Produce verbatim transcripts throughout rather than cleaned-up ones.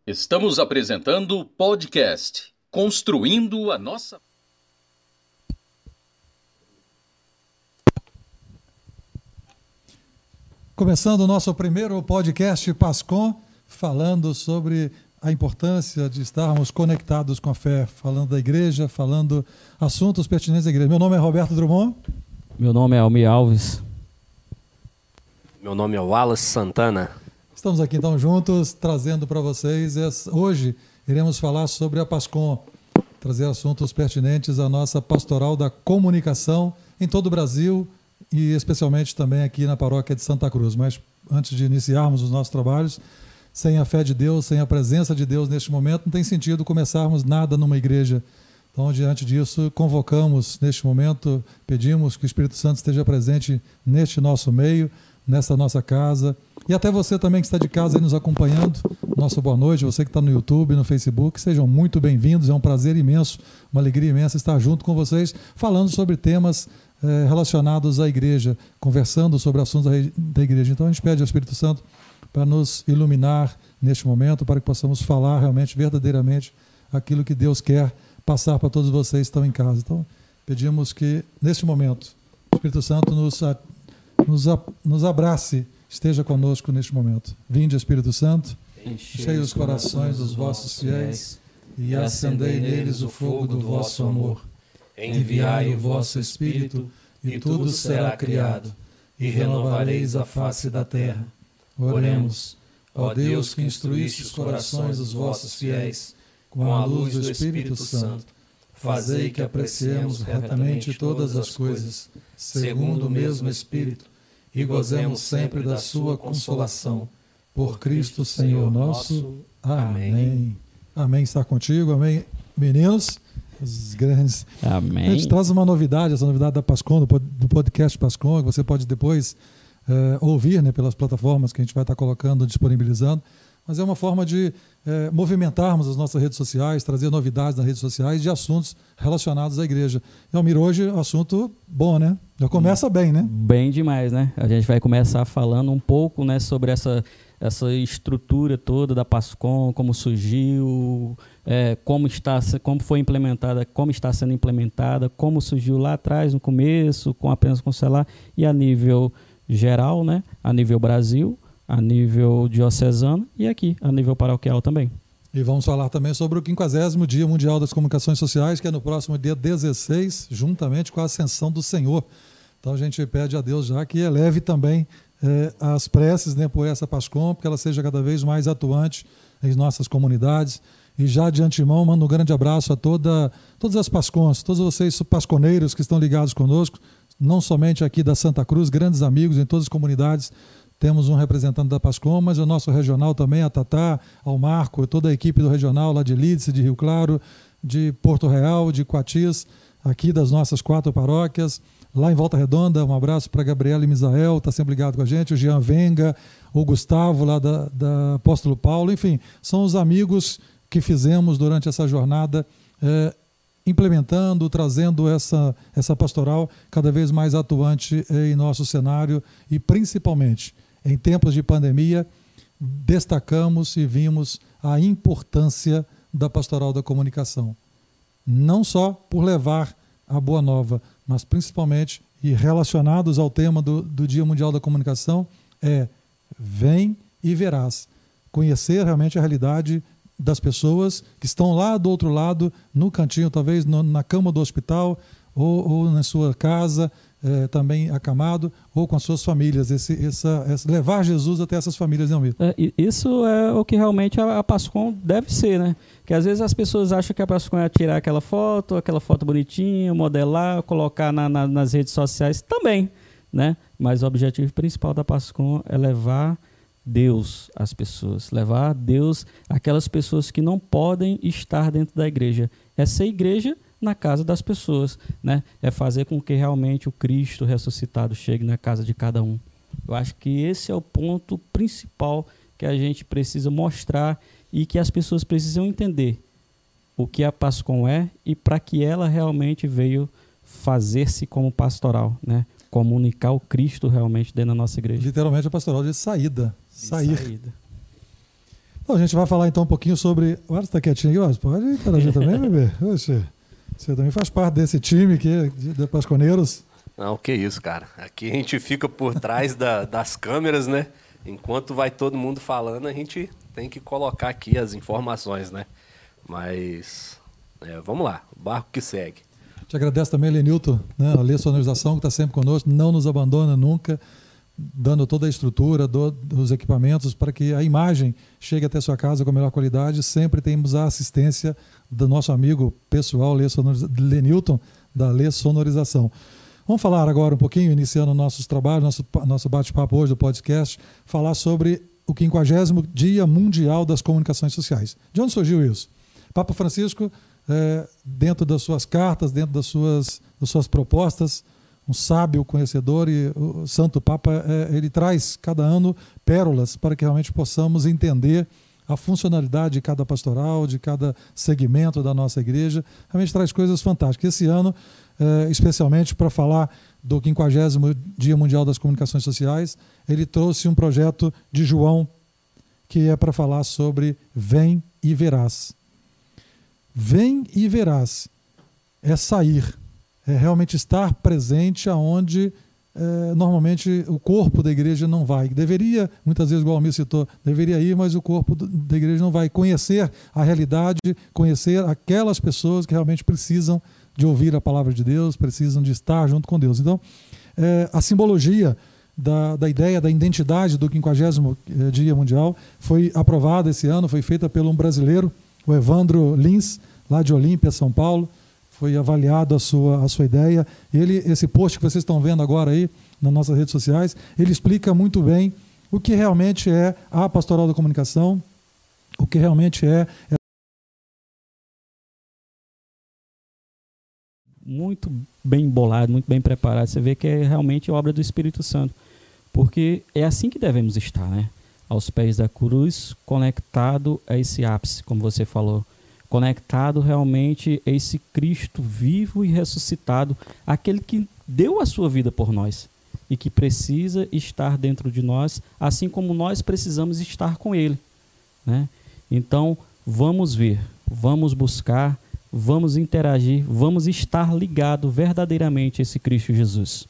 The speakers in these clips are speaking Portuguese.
Estamos apresentando o podcast Construindo a Nossa... Começando o nosso primeiro podcast Pascom, falando sobre a importância de estarmos conectados com a fé, falando da igreja, falando assuntos pertinentes da igreja. Meu nome é Roberto Drummond. Meu nome é Almir Alves. Meu nome é Wallace Santana. Estamos aqui então juntos, trazendo para vocês, essa... hoje iremos falar sobre a Pascom, trazer assuntos pertinentes à nossa pastoral da comunicação em todo o Brasil e especialmente também aqui na paróquia de Santa Cruz. Mas antes de iniciarmos os nossos trabalhos, sem a fé de Deus, sem a presença de Deus neste momento, não tem sentido começarmos nada numa igreja. Então, diante disso, convocamos neste momento, pedimos que o Espírito Santo esteja presente neste nosso meio, nessa nossa casa. E até você também que está de casa aí nos acompanhando, nossa boa noite, você que está no YouTube, no Facebook, sejam muito bem-vindos, é um prazer imenso, uma alegria imensa estar junto com vocês, falando sobre temas eh, relacionados à igreja, conversando sobre assuntos da, da igreja. Então a gente pede ao Espírito Santo para nos iluminar neste momento, para que possamos falar realmente, verdadeiramente, aquilo que Deus quer passar para todos vocês que estão em casa. Então pedimos que neste momento o Espírito Santo nos, nos, nos abrace, esteja conosco neste momento. Vinde, Espírito Santo, enchei os corações dos vossos fiéis e acendei neles o fogo do vosso amor. Enviai o vosso Espírito e tudo será criado e renovareis a face da terra. Oremos. Ó Deus, que instruíste os corações dos vossos fiéis com a luz do Espírito Santo, fazei que apreciemos retamente todas as coisas, segundo o mesmo Espírito, e gozemos sempre da sua consolação. Por Cristo Senhor nosso. Amém. Amém. Está contigo. Amém. Meninos, os grandes. Amém. A gente traz uma novidade, essa novidade da Pascom, do podcast Pascom, que você pode depois é, ouvir, né, pelas plataformas que a gente vai estar colocando, disponibilizando. Mas é uma forma de é, movimentarmos as nossas redes sociais, trazer novidades nas redes sociais de assuntos relacionados à igreja. E, Almir, hoje assunto bom, né? Já começa bem, né? Bem demais, né? A gente vai começar falando um pouco, né, sobre essa, essa estrutura toda da Pascom, como surgiu, é, como, está, como foi implementada, como está sendo implementada, como surgiu lá atrás, no começo, com apenas com o celular, e a nível geral, né? A nível Brasil, a nível diocesano e aqui, a nível paroquial também. E vamos falar também sobre o quinquagésimo Dia Mundial das Comunicações Sociais, que é no próximo dia dezesseis, juntamente com a Ascensão do Senhor. Então a gente pede a Deus já que eleve também eh, as preces, né, por essa Pascom, porque ela seja cada vez mais atuante em nossas comunidades. E já de antemão, mando um grande abraço a toda, todas as Pascons, todos vocês pasconeiros que estão ligados conosco, não somente aqui da Santa Cruz, grandes amigos em todas as comunidades. Temos um representante da Pascom, mas o nosso regional também, a Tatá, ao Marco, toda a equipe do regional lá de Lídice, de Rio Claro, de Porto Real, de Coatis, aqui das nossas quatro paróquias. Lá em Volta Redonda, um abraço para Gabriela e Misael, está sempre ligado com a gente, o Jean Venga, o Gustavo lá da, da Apóstolo Paulo, enfim, são os amigos que fizemos durante essa jornada, é, implementando, trazendo essa, essa pastoral cada vez mais atuante em nosso cenário e principalmente em tempos de pandemia, destacamos e vimos a importância da pastoral da comunicação. Não só por levar a boa nova, mas principalmente, e relacionados ao tema do, do Dia Mundial da Comunicação, é vem e verás. Conhecer realmente a realidade das pessoas que estão lá do outro lado, no cantinho, talvez no, na cama do hospital, ou, ou na sua casa, é, também acamado, ou com as suas famílias. Esse, essa, essa, levar Jesus até essas famílias, né, Almir? É, isso é o que realmente a, a Pascom deve ser, né? Que às vezes as pessoas acham que a Pascom é tirar aquela foto, aquela foto bonitinha, modelar, colocar na, na, nas redes sociais também, né? Mas o objetivo principal da Pascom é levar Deus às pessoas, levar Deus àquelas pessoas que não podem estar dentro da igreja. É ser igreja na casa das pessoas, né? É fazer com que realmente o Cristo ressuscitado chegue na casa de cada um. Eu acho que esse é o ponto principal que a gente precisa mostrar e que as pessoas precisam entender o que a Pascom é e para que ela realmente veio fazer-se como pastoral, né? Comunicar o Cristo realmente dentro da nossa igreja. Literalmente a pastoral de saída, De sair. saída. Bom, a gente vai falar então um pouquinho sobre... O Wallace está quietinho aqui, Wallace, pode interagir também, bebê? Oxe, você também faz parte desse time aqui, de Pasconeiros. Não, que isso, cara. Aqui a gente fica por trás da, das câmeras, né? Enquanto vai todo mundo falando, a gente tem que colocar aqui as informações, né? Mas, é, vamos lá, o barco que segue. Te agradeço também, Lenilton, né? A Lê Sonorização, que está sempre conosco, não nos abandona nunca, dando toda a estrutura do, dos equipamentos para que a imagem chegue até sua casa com a melhor qualidade. Sempre temos a assistência do nosso amigo pessoal, Lê Sonoriza... Lenilton, da Lê Sonorização. Vamos falar agora um pouquinho, iniciando nossos trabalhos, nosso, nosso bate-papo hoje do podcast, falar sobre o quinquagésimo Dia Mundial das Comunicações Sociais. De onde surgiu isso? Papa Francisco, é, dentro das suas cartas, dentro das suas, das suas propostas, um sábio conhecedor, e o Santo Papa, é, ele traz cada ano pérolas para que realmente possamos entender a funcionalidade de cada pastoral, de cada segmento da nossa igreja. Realmente traz coisas fantásticas. Esse ano, é, especialmente para falar do quinquagésimo Dia Mundial das Comunicações Sociais, ele trouxe um projeto de João, que é para falar sobre Vem e Verás. Vem e verás é sair, é realmente estar presente aonde é, normalmente o corpo da igreja não vai. Deveria, muitas vezes, igual o Almir citou, deveria ir, mas o corpo da igreja não vai. Conhecer a realidade, conhecer aquelas pessoas que realmente precisam de ouvir a palavra de Deus, precisam de estar junto com Deus. Então, é, a simbologia da, da ideia da identidade do quinquagésimo Dia Mundial foi aprovada esse ano, foi feita por um brasileiro, o Evandro Lins, lá de Olímpia, São Paulo. Foi avaliado a sua, a sua ideia. Ele, esse post que vocês estão vendo agora aí nas nossas redes sociais, ele explica muito bem o que realmente é a pastoral da comunicação, o que realmente é... é... Muito bem bolado, muito bem preparado. Você vê que é realmente obra do Espírito Santo. Porque é assim que devemos estar, né? Aos pés da cruz, conectado a esse ápice, como você falou. Conectado realmente a esse Cristo vivo e ressuscitado, aquele que deu a sua vida por nós e que precisa estar dentro de nós, assim como nós precisamos estar com Ele, né? Então, vamos ver, vamos buscar, vamos interagir, vamos estar ligado verdadeiramente a esse Cristo Jesus.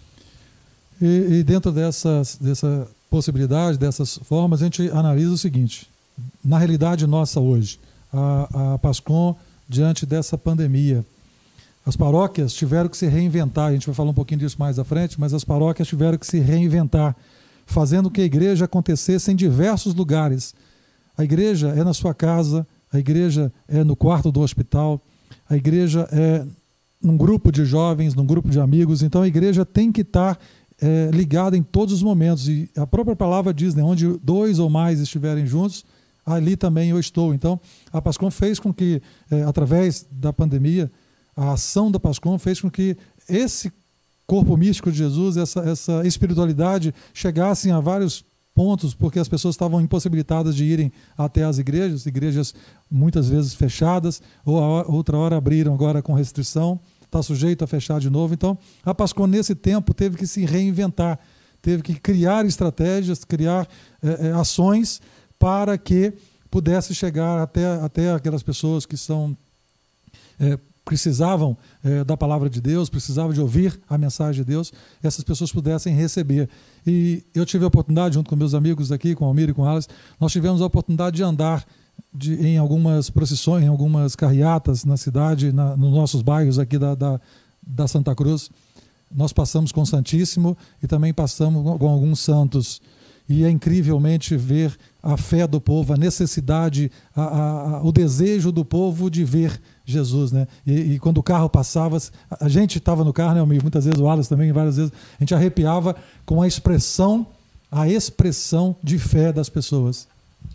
E, e dentro dessas, dessa possibilidade, dessas formas, a gente analisa o seguinte: na realidade nossa hoje, a, a Pascom, diante dessa pandemia, as paróquias tiveram que se reinventar. A gente vai falar um pouquinho disso mais à frente, mas as paróquias tiveram que se reinventar, fazendo que a igreja acontecesse em diversos lugares. A igreja é na sua casa, a igreja é no quarto do hospital, a igreja é num grupo de jovens, num grupo de amigos. Então a igreja tem que estar é, ligada em todos os momentos. E a própria palavra diz, né, onde dois ou mais estiverem juntos, ali também eu estou. Então a Pascom fez com que, é, através da pandemia, a ação da Pascom fez com que esse corpo místico de Jesus, essa, essa espiritualidade, chegassem a vários pontos, porque as pessoas estavam impossibilitadas de irem até as igrejas, igrejas muitas vezes fechadas, ou a outra hora abriram agora com restrição, está sujeito a fechar de novo. Então a Pascom nesse tempo teve que se reinventar, teve que criar estratégias, criar é, é, ações para que pudesse chegar até, até aquelas pessoas que são... É, precisavam é, da palavra de Deus, precisavam de ouvir a mensagem de Deus, essas pessoas pudessem receber. E eu tive a oportunidade, junto com meus amigos aqui, com o Almir e com o Alice, nós tivemos a oportunidade de andar de, em algumas procissões, em algumas carreatas na cidade, na, nos nossos bairros aqui da, da, da Santa Cruz. Nós passamos com o Santíssimo e também passamos com, com alguns santos. E é incrivelmente ver a fé do povo, a necessidade, a, a, a, o desejo do povo de ver Jesus, né? E, e quando o carro passava, a gente estava no carro, né, amigo? Muitas vezes o Wallace também, várias vezes, a gente arrepiava com a expressão, a expressão de fé das pessoas.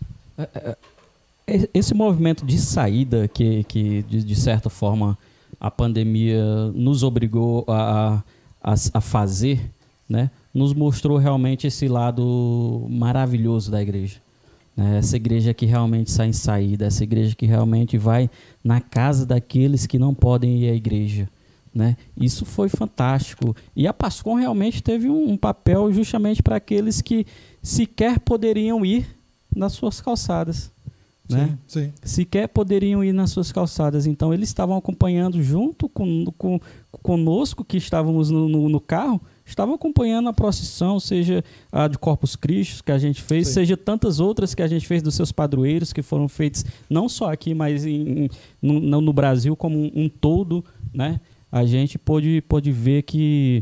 Esse movimento de saída que, que de, de certa forma, a pandemia nos obrigou a, a, a fazer, né, nos mostrou realmente esse lado maravilhoso da igreja. Essa igreja que realmente sai em saída, essa igreja que realmente vai na casa daqueles que não podem ir à igreja, né? Isso foi fantástico. E a Pascom realmente teve um, um papel justamente para aqueles que sequer poderiam ir, nas suas calçadas. Sim, Né? sim. Sequer poderiam ir nas suas calçadas. Então, eles estavam acompanhando junto com, com, conosco, que estávamos no, no, no carro, estavam acompanhando a procissão, seja a de Corpus Christi que a gente fez, Sim. seja tantas outras que a gente fez dos seus padroeiros, que foram feitos não só aqui, mas em, em, no, no Brasil como um, um todo, né? A gente pôde, pôde ver que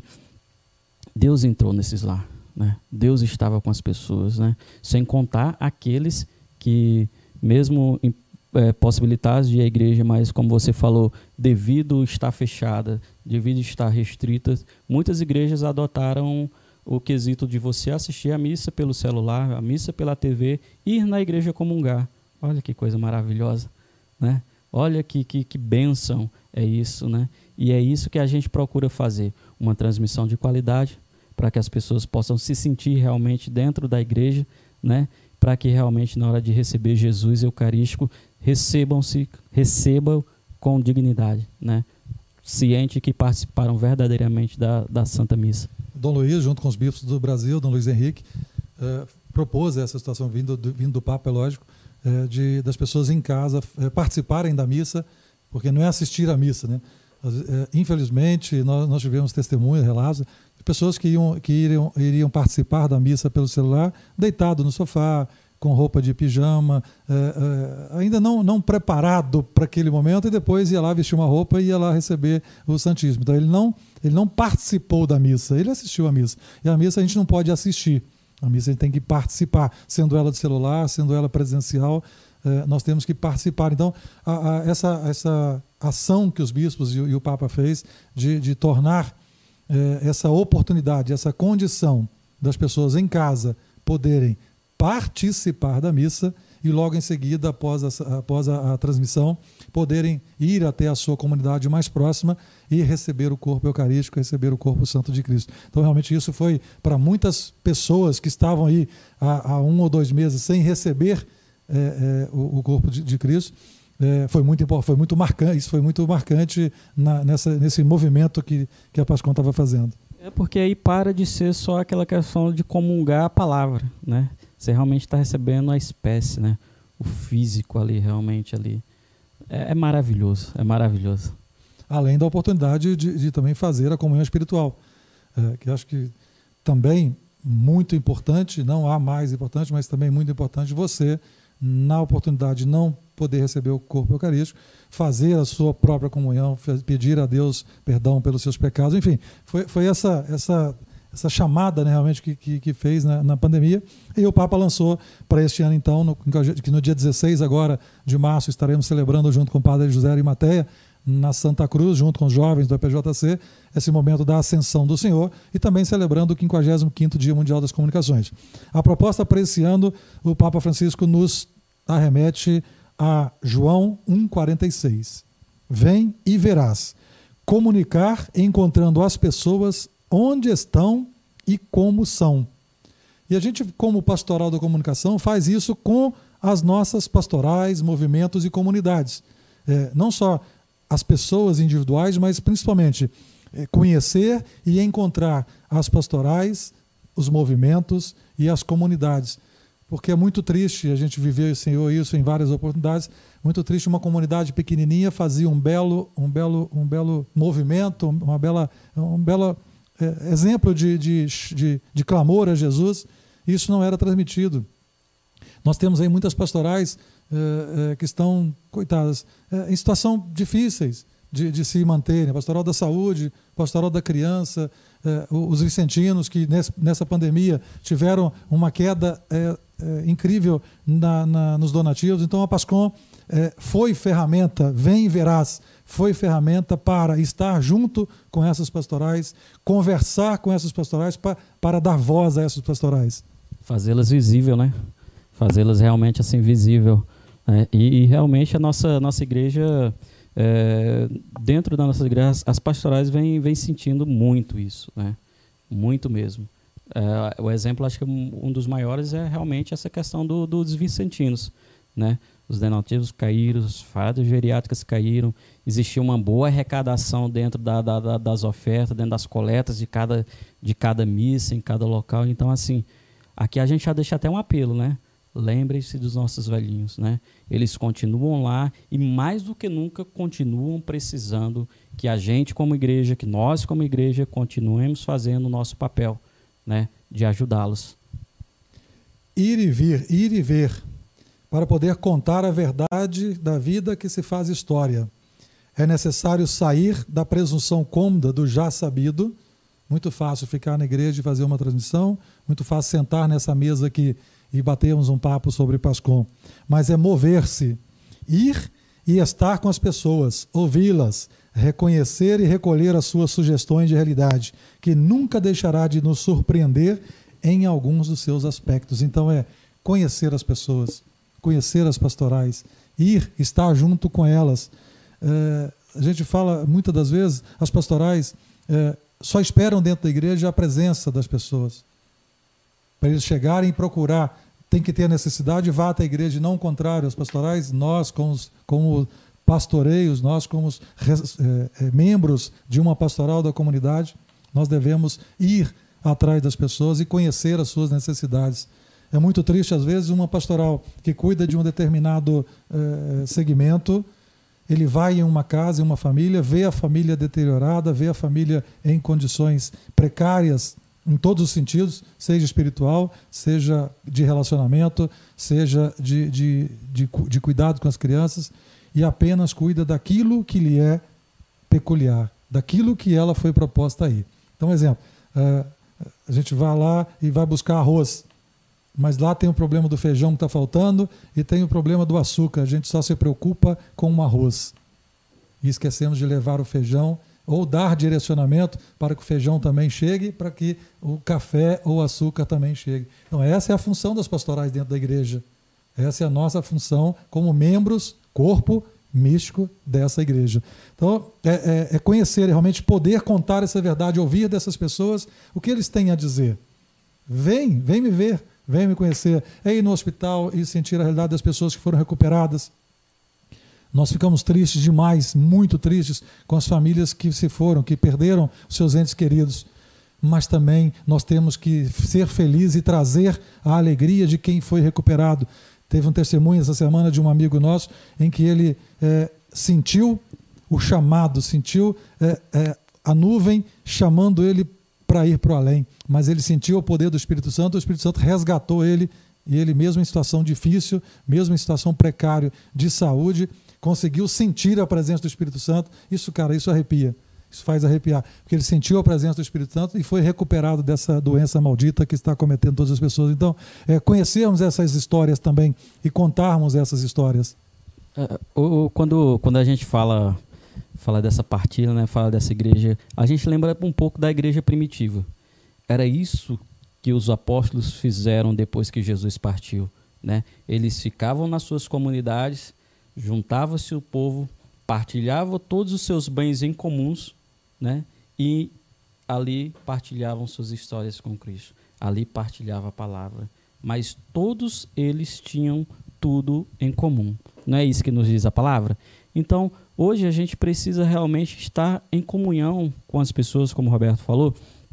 Deus entrou nesses lá, né? Deus estava com as pessoas, né? Sem contar aqueles que, mesmo em, é, possibilitados de ir à igreja, mas como você falou, devido estar fechada, devido estar restrita, muitas igrejas adotaram o quesito de você assistir a missa pelo celular, a missa pela T V, ir na igreja comungar. Olha que coisa maravilhosa, né? Olha que, que, que bênção é isso, né? E é isso que a gente procura fazer, uma transmissão de qualidade, para que as pessoas possam se sentir realmente dentro da igreja, né? Para que realmente na hora de receber Jesus Eucarístico, recebam-se, recebam com dignidade, né? Ciente que participaram verdadeiramente da, da Santa Missa. Dom Luiz, junto com os bispos do Brasil, Dom Luiz Henrique, eh, propôs essa situação, vindo do, vindo do Papa, é lógico, eh, de, das pessoas em casa eh, participarem da missa, porque não é assistir à missa, né? Eh, infelizmente, nós, nós tivemos testemunhos, relatos, de pessoas que, iam, que iriam, iriam participar da missa pelo celular, deitado no sofá, com roupa de pijama, eh, eh, ainda não, não preparado para aquele momento, e depois ia lá vestir uma roupa e ia lá receber o Santíssimo. Então ele não, ele não participou da missa, ele assistiu à missa. E a missa a gente não pode assistir, a missa a gente tem que participar, sendo ela de celular, sendo ela presencial, eh, nós temos que participar. Então a, a, essa, essa ação que os bispos e, e o Papa fez de, de tornar eh, essa oportunidade, essa condição das pessoas em casa poderem participar da missa e logo em seguida, após, a, após a, a transmissão, poderem ir até a sua comunidade mais próxima e receber o corpo eucarístico, receber o corpo santo de Cristo. Então, realmente, isso foi para muitas pessoas que estavam aí há, há um ou dois meses sem receber é, é, o, o corpo de, de Cristo. É, foi muito importante, foi muito marcante, isso foi muito marcante na, nessa, nesse movimento que, que a Pascom estava fazendo. É porque aí para de ser só aquela questão de comungar a palavra, né? Você realmente está recebendo a espécie, né? O físico ali, realmente ali. É, é maravilhoso, é maravilhoso. Além da oportunidade de, de também fazer a comunhão espiritual, é, que acho que também muito importante, não há mais importante, mas também muito importante você, na oportunidade de não poder receber o corpo eucarístico, fazer a sua própria comunhão, pedir a Deus perdão pelos seus pecados, enfim, foi, foi essa, essa, essa chamada, né, realmente que, que, que fez na, na pandemia, e o Papa lançou para este ano, então, no, que no dia dezesseis agora de março estaremos celebrando junto com o Padre José Arimateia, na Santa Cruz, junto com os jovens do E P J C, esse momento da Ascensão do Senhor, e também celebrando o quinquagésimo quinto Dia Mundial das Comunicações. A proposta para esse ano, o Papa Francisco nos arremete a João um, quarenta e seis. Vem e verás. Comunicar encontrando as pessoas onde estão e como são. E a gente, como pastoral da comunicação, faz isso com as nossas pastorais, movimentos e comunidades. É, não só as pessoas individuais, mas principalmente é, conhecer e encontrar as pastorais, os movimentos e as comunidades. Porque é muito triste, a gente viveu Senhor, isso em várias oportunidades, muito triste uma comunidade pequenininha fazia um belo, um belo, um belo movimento, uma bela, um belo é, exemplo de, de, de, de clamor a Jesus, e isso não era transmitido. Nós temos aí muitas pastorais é, é, que estão, coitadas, é, em situação difíceis de, de se manterem, a pastoral da saúde, a pastoral da criança, é, os vicentinos que nesse, nessa pandemia tiveram uma queda é, é, incrível na, na, nos donativos. Então a Pascom é, foi ferramenta, vem e verás, foi ferramenta para estar junto com essas pastorais, conversar com essas pastorais pa, para dar voz a essas pastorais. Fazê-las visível, né? Fazê-las realmente assim visível. Né? E, e realmente a nossa, nossa igreja, é, dentro da nossa igreja, as pastorais vêm, vêm sentindo muito isso, né? Muito mesmo. É, o exemplo, acho que um dos maiores é realmente essa questão do, dos vicentinos, né? Os donativos caíram, as frades geriátricas caíram, existia uma boa arrecadação dentro da, da, da, das ofertas, dentro das coletas de cada, de cada missa, em cada local. Então, assim, aqui a gente já deixa até um apelo, né? lembrem-se dos nossos velhinhos, né? Eles continuam lá e mais do que nunca continuam precisando que a gente como igreja, que nós como igreja continuemos fazendo o nosso papel, né? De ajudá-los. Ir e vir, ir e ver, para poder contar a verdade da vida que se faz história. É necessário sair da presunção cômoda do já sabido. Muito fácil ficar na igreja e fazer uma transmissão, muito fácil sentar nessa mesa aqui e batermos um papo sobre Pascom. Mas é mover-se, ir e estar com as pessoas, ouvi-las, reconhecer e recolher as suas sugestões de realidade, que nunca deixará de nos surpreender em alguns dos seus aspectos. Então é conhecer as pessoas, conhecer as pastorais, ir, estar junto com elas. É, a gente fala muitas das vezes, as pastorais é, só esperam dentro da igreja a presença das pessoas. Para eles chegarem e procurar, tem que ter a necessidade, vá até a igreja, e não o contrário. As pastorais, nós como, como pastoreios, nós como é, é, membros de uma pastoral da comunidade, nós devemos ir atrás das pessoas e conhecer as suas necessidades. É muito triste, às vezes, uma pastoral que cuida de um determinado é, segmento, ele vai em uma casa, em uma família, vê a família deteriorada, vê a família em condições precárias, em todos os sentidos, seja espiritual, seja de relacionamento, seja de, de, de, de cuidado com as crianças, e apenas cuida daquilo que lhe é peculiar, daquilo que ela foi proposta aí. Então, um exemplo, a gente vai lá e vai buscar arroz, mas lá tem o problema do feijão que está faltando e tem o problema do açúcar. A gente só se preocupa com o arroz. E esquecemos de levar o feijão ou dar direcionamento para que o feijão também chegue, para que o café ou o açúcar também chegue. Então essa é a função das pastorais dentro da igreja. Essa é a nossa função como membros, corpo místico dessa igreja. Então é, é, é conhecer, é realmente poder contar essa verdade, ouvir dessas pessoas o que eles têm a dizer. Vem, vem me ver. Vem me conhecer, é ir no hospital e sentir a realidade das pessoas que foram recuperadas. Nós ficamos tristes demais, muito tristes, com as famílias que se foram, que perderam os seus entes queridos. Mas também nós temos que ser felizes e trazer a alegria de quem foi recuperado. Teve um testemunho essa semana de um amigo nosso, em que ele é, sentiu o chamado, sentiu é, é, a nuvem chamando ele para ir para o além, mas ele sentiu o poder do Espírito Santo, o Espírito Santo resgatou ele, e ele mesmo em situação difícil, mesmo em situação precária de saúde, conseguiu sentir a presença do Espírito Santo. Isso, cara, isso arrepia, isso faz arrepiar, porque ele sentiu a presença do Espírito Santo e foi recuperado dessa doença maldita que está cometendo todas as pessoas. Então, é, conhecermos essas histórias também e contarmos essas histórias. É, o, quando, quando a gente fala... fala dessa partilha, né? Fala dessa igreja, a gente lembra um pouco da igreja primitiva. Era isso que os apóstolos fizeram depois que Jesus partiu, né? Eles ficavam nas suas comunidades, juntava-se o povo, partilhava todos os seus bens em comuns, né? E ali partilhavam suas histórias com Cristo. Ali partilhava a palavra. Mas todos eles tinham tudo em comum. Não é isso que nos diz a palavra? Então, hoje a gente precisa realmente estar em comunhão com as pessoas, como o Roberto falou,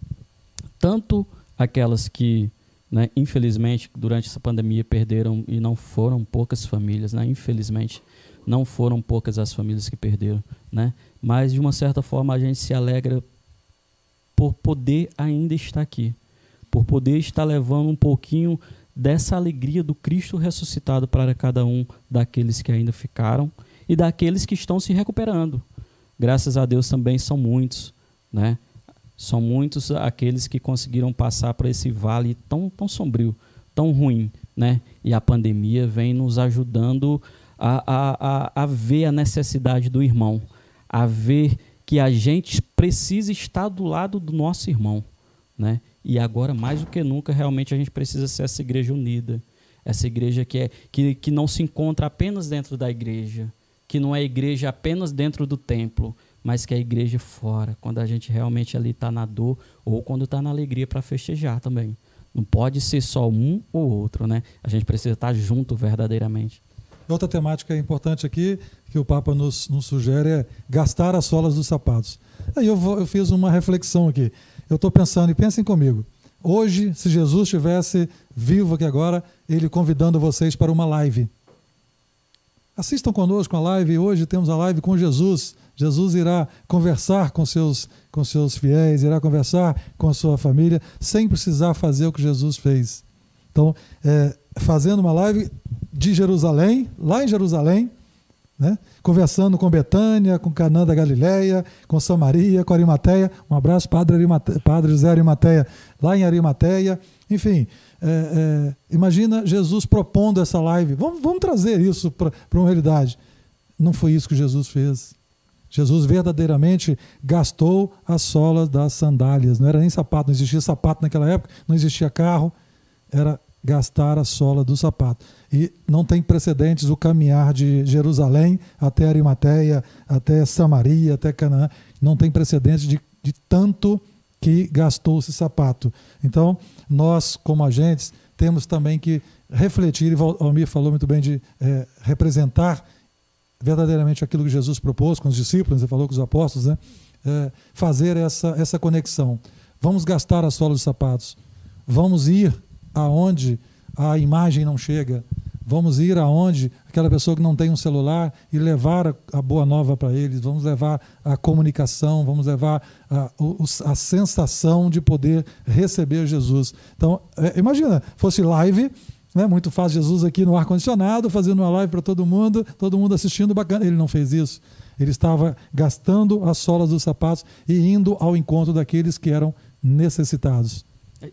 tanto aquelas que, né, infelizmente, durante essa pandemia perderam, e não foram poucas famílias, né, infelizmente, não foram poucas as famílias que perderam, né, mas de uma certa forma a gente se alegra por poder ainda estar aqui, por poder estar levando um pouquinho dessa alegria do Cristo ressuscitado para cada um daqueles que ainda ficaram, e daqueles que estão se recuperando. Graças a Deus também são muitos, né? São muitos aqueles que conseguiram passar por esse vale tão, tão sombrio, tão ruim, né? E a pandemia vem nos ajudando a, a, a, a ver a necessidade do irmão, a ver que a gente precisa estar do lado do nosso irmão, né? E agora, mais do que nunca, realmente a gente precisa ser essa igreja unida, essa igreja que, é, que, que não se encontra apenas dentro da igreja, que não é igreja apenas dentro do templo, mas que é igreja fora, quando a gente realmente ali está na dor ou quando está na alegria para festejar também. Não pode ser só um ou outro, né? A gente precisa estar junto verdadeiramente. Outra temática importante aqui, que o Papa nos, nos sugere, é gastar as solas dos sapatos. Aí eu, vou, eu fiz uma reflexão aqui. Eu estou pensando, e pensem comigo, hoje, se Jesus estivesse vivo aqui agora, ele convidando vocês para uma live. Assistam conosco a live. Hoje temos a live com Jesus. Jesus irá conversar com seus, com seus fiéis, irá conversar com a sua família, sem precisar fazer o que Jesus fez. Então, é, fazendo uma live de Jerusalém, lá em Jerusalém, né? Conversando com Betânia, com Canaã da Galileia, com Samaria, com Arimateia. Um abraço, Padre, Arimateia, Padre José Arimateia, lá em Arimateia. Enfim, é, é, imagina Jesus propondo essa live. Vamos, vamos trazer isso para uma realidade. Não foi isso que Jesus fez. Jesus verdadeiramente gastou as solas das sandálias. Não era nem sapato, não existia sapato naquela época, não existia carro. Era gastar a sola do sapato. E não tem precedentes o caminhar de Jerusalém até Arimateia, até Samaria, até Canaã. Não tem precedentes de, de tanto que gastou esse sapato. Então, nós, como agentes, temos também que refletir, e o Almir falou muito bem de é, representar verdadeiramente aquilo que Jesus propôs com os discípulos, você falou com os apóstolos, né? É, fazer essa, essa conexão. Vamos gastar a sola dos sapatos. Vamos ir aonde a imagem não chega. Vamos ir aonde aquela pessoa que não tem um celular e levar a, a boa nova para eles. Vamos levar a comunicação, vamos levar a, a, a sensação de poder receber Jesus. Então, é, imagina, fosse live, né, muito fácil, Jesus aqui no ar-condicionado, fazendo uma live para todo mundo, todo mundo assistindo, bacana. Ele não fez isso. Ele estava gastando as solas dos sapatos e indo ao encontro daqueles que eram necessitados.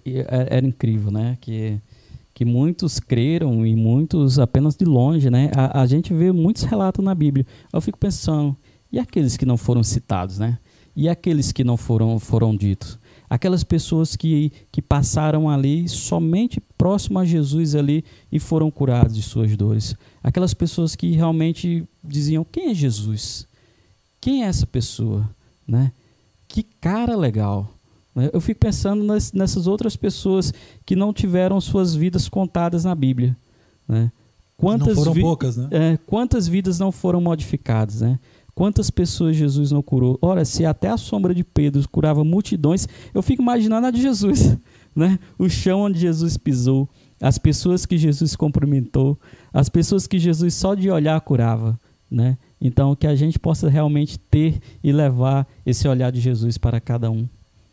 Era incrível, né? Que, que muitos creram e muitos apenas de longe, né? A, a gente vê muitos relatos na Bíblia. Eu fico pensando, e aqueles que não foram citados, né? E aqueles que não foram, foram ditos? Aquelas pessoas que, que passaram ali somente próximo a Jesus ali e foram curados de suas dores. Aquelas pessoas que realmente diziam, quem é Jesus? Quem é essa pessoa? Né? Que cara legal. Eu fico pensando nas, nessas outras pessoas que não tiveram suas vidas contadas na Bíblia. Né? Quantas não foram vi- poucas, né? É, quantas vidas não foram modificadas, né? Quantas pessoas Jesus não curou? Ora, se até a sombra de Pedro curava multidões, eu fico imaginando a de Jesus. Né? O chão onde Jesus pisou, as pessoas que Jesus cumprimentou, as pessoas que Jesus só de olhar curava. Né? Então, que a gente possa realmente ter e levar esse olhar de Jesus para cada um.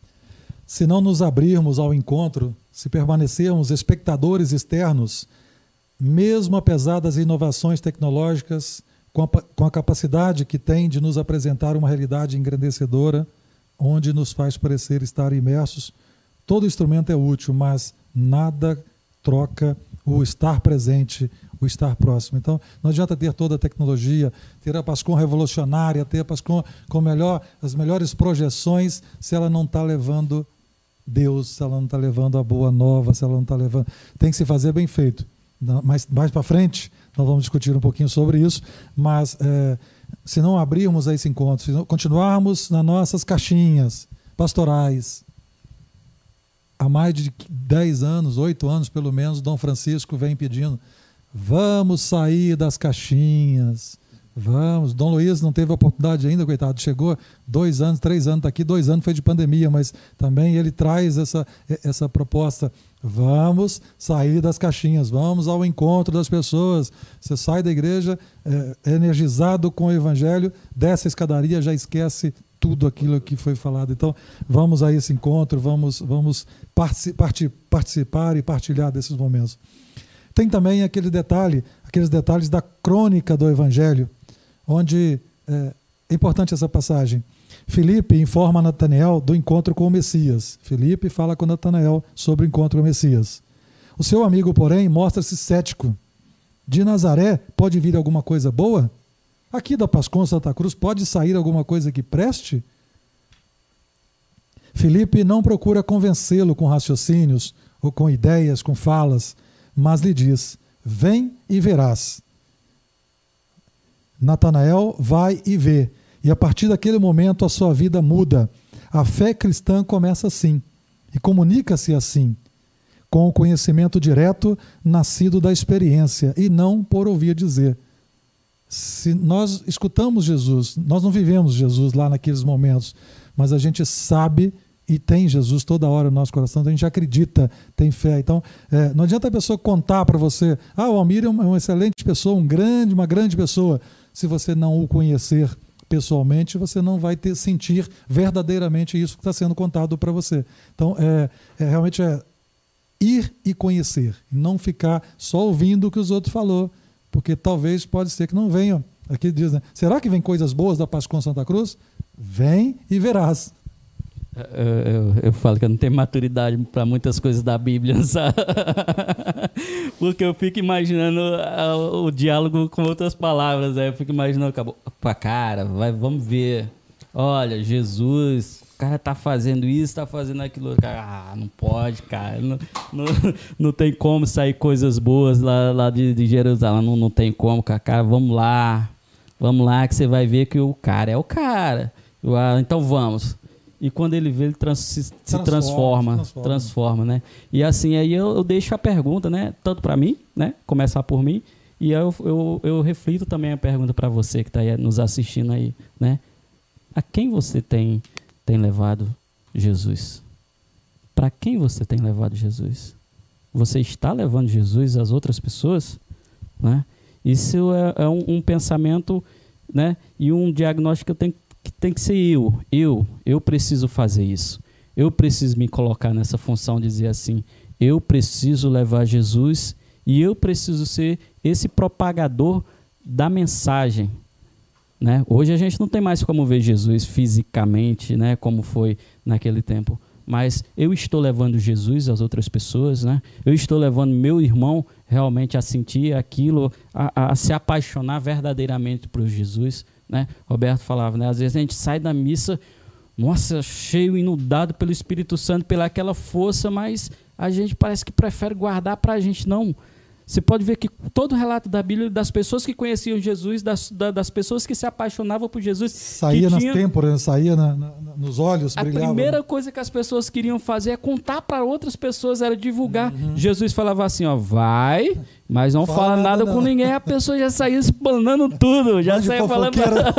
Se não nos abrirmos ao encontro, se permanecermos espectadores externos, mesmo apesar das inovações tecnológicas, com a, com a capacidade que tem de nos apresentar uma realidade engrandecedora, onde nos faz parecer estar imersos, todo instrumento é útil, mas nada troca o estar presente, o estar próximo. Então, não adianta ter toda a tecnologia, ter a PASCOM revolucionária, ter a PASCOM com melhor, as melhores projeções, se ela não está levando Deus, se ela não está levando a boa nova, se ela não está levando... Tem que se fazer bem feito. Mais, mais para frente, nós vamos discutir um pouquinho sobre isso, mas é, se não abrirmos a esse encontro, se não continuarmos nas nossas caixinhas pastorais, há mais de dez anos, oito anos pelo menos, Dom Francisco vem pedindo, vamos sair das caixinhas, vamos. Dom Luiz não teve oportunidade ainda, coitado, chegou dois anos, três anos, está aqui, dois anos foi de pandemia, mas também ele traz essa, essa proposta, vamos sair das caixinhas, vamos ao encontro das pessoas. Você sai da igreja é, energizado com o evangelho, desce a escadaria, já esquece tudo aquilo que foi falado. Então, vamos a esse encontro, vamos, vamos participar, participar e partilhar desses momentos. Tem também aquele detalhe, aqueles detalhes da crônica do evangelho, onde é, é importante essa passagem. Filipe informa Natanael do encontro com o Messias. Filipe fala com Natanael sobre o encontro com o Messias. O seu amigo, porém, mostra-se cético. De Nazaré pode vir alguma coisa boa? Aqui da PASCOM Santa Cruz pode sair alguma coisa que preste? Filipe não procura convencê-lo com raciocínios ou com ideias, com falas, mas lhe diz, vem e verás. Natanael vai e vê. E a partir daquele momento a sua vida muda. A fé cristã começa assim e comunica-se assim, com o conhecimento direto nascido da experiência e não por ouvir dizer. Se nós escutamos Jesus, nós não vivemos Jesus lá naqueles momentos, mas a gente sabe e tem Jesus toda hora no nosso coração, então a gente acredita, tem fé. Então, é, não adianta a pessoa contar para você, ah, o Almir é uma, uma excelente pessoa, um grande, uma grande pessoa. Se você não o conhecer pessoalmente, você não vai ter, sentir verdadeiramente isso que está sendo contado para você. Então, é, é, realmente é ir e conhecer, não ficar só ouvindo o que os outros falou, porque talvez pode ser que não venham. Aqui diz, né? Será que vem coisas boas da Pascom Santa Cruz? Vem e verás. Eu, eu, eu falo que eu não tenho maturidade para muitas coisas da Bíblia, sabe? Porque eu fico imaginando o, o diálogo com outras palavras. Né? Eu fico imaginando, acabou, pá, cara, vai, vamos ver. Olha, Jesus, o cara tá fazendo isso, tá fazendo aquilo. Cara, ah, não pode, cara. Não, não, não tem como sair coisas boas lá, lá de, de Jerusalém. Não, não tem como, cara. Cara, vamos lá. Vamos lá que você vai ver que o cara é o cara. Eu, ah, então vamos. E quando ele vê, ele trans, se, se transforma, transforma, transforma, transforma, né? E assim, aí eu, eu deixo a pergunta, né? Tanto para mim, né? Começar por mim. E eu, eu, eu reflito também a pergunta para você que está nos assistindo aí, né? A quem você tem, tem levado Jesus? Para quem você tem levado Jesus? Você está levando Jesus às outras pessoas? Né? Isso é, é um, um pensamento, né? E um diagnóstico que eu tenho que tem que ser eu, eu, eu preciso fazer isso. Eu preciso me colocar nessa função de dizer assim, eu preciso levar Jesus e eu preciso ser esse propagador da mensagem. Né? Hoje a gente não tem mais como ver Jesus fisicamente, né? Como foi naquele tempo. Mas eu estou levando Jesus às outras pessoas, né? Eu estou levando meu irmão realmente a sentir aquilo, a, a se apaixonar verdadeiramente por Jesus. Né? Roberto falava, né? Às vezes a gente sai da missa, nossa, cheio, inundado pelo Espírito Santo, pela aquela força, mas a gente parece que prefere guardar para a gente. Não. Você pode ver que todo o relato da Bíblia, das pessoas que conheciam Jesus, das, das pessoas que se apaixonavam por Jesus... Saía nas tinha... têmporas, saía na, na, nos olhos, a brilhava. A primeira coisa que as pessoas queriam fazer é contar para outras pessoas, era divulgar. Uhum. Jesus falava assim, ó, vai, mas não fala, fala nada, nada com ninguém. A pessoa já saía explanando tudo, já saía falando...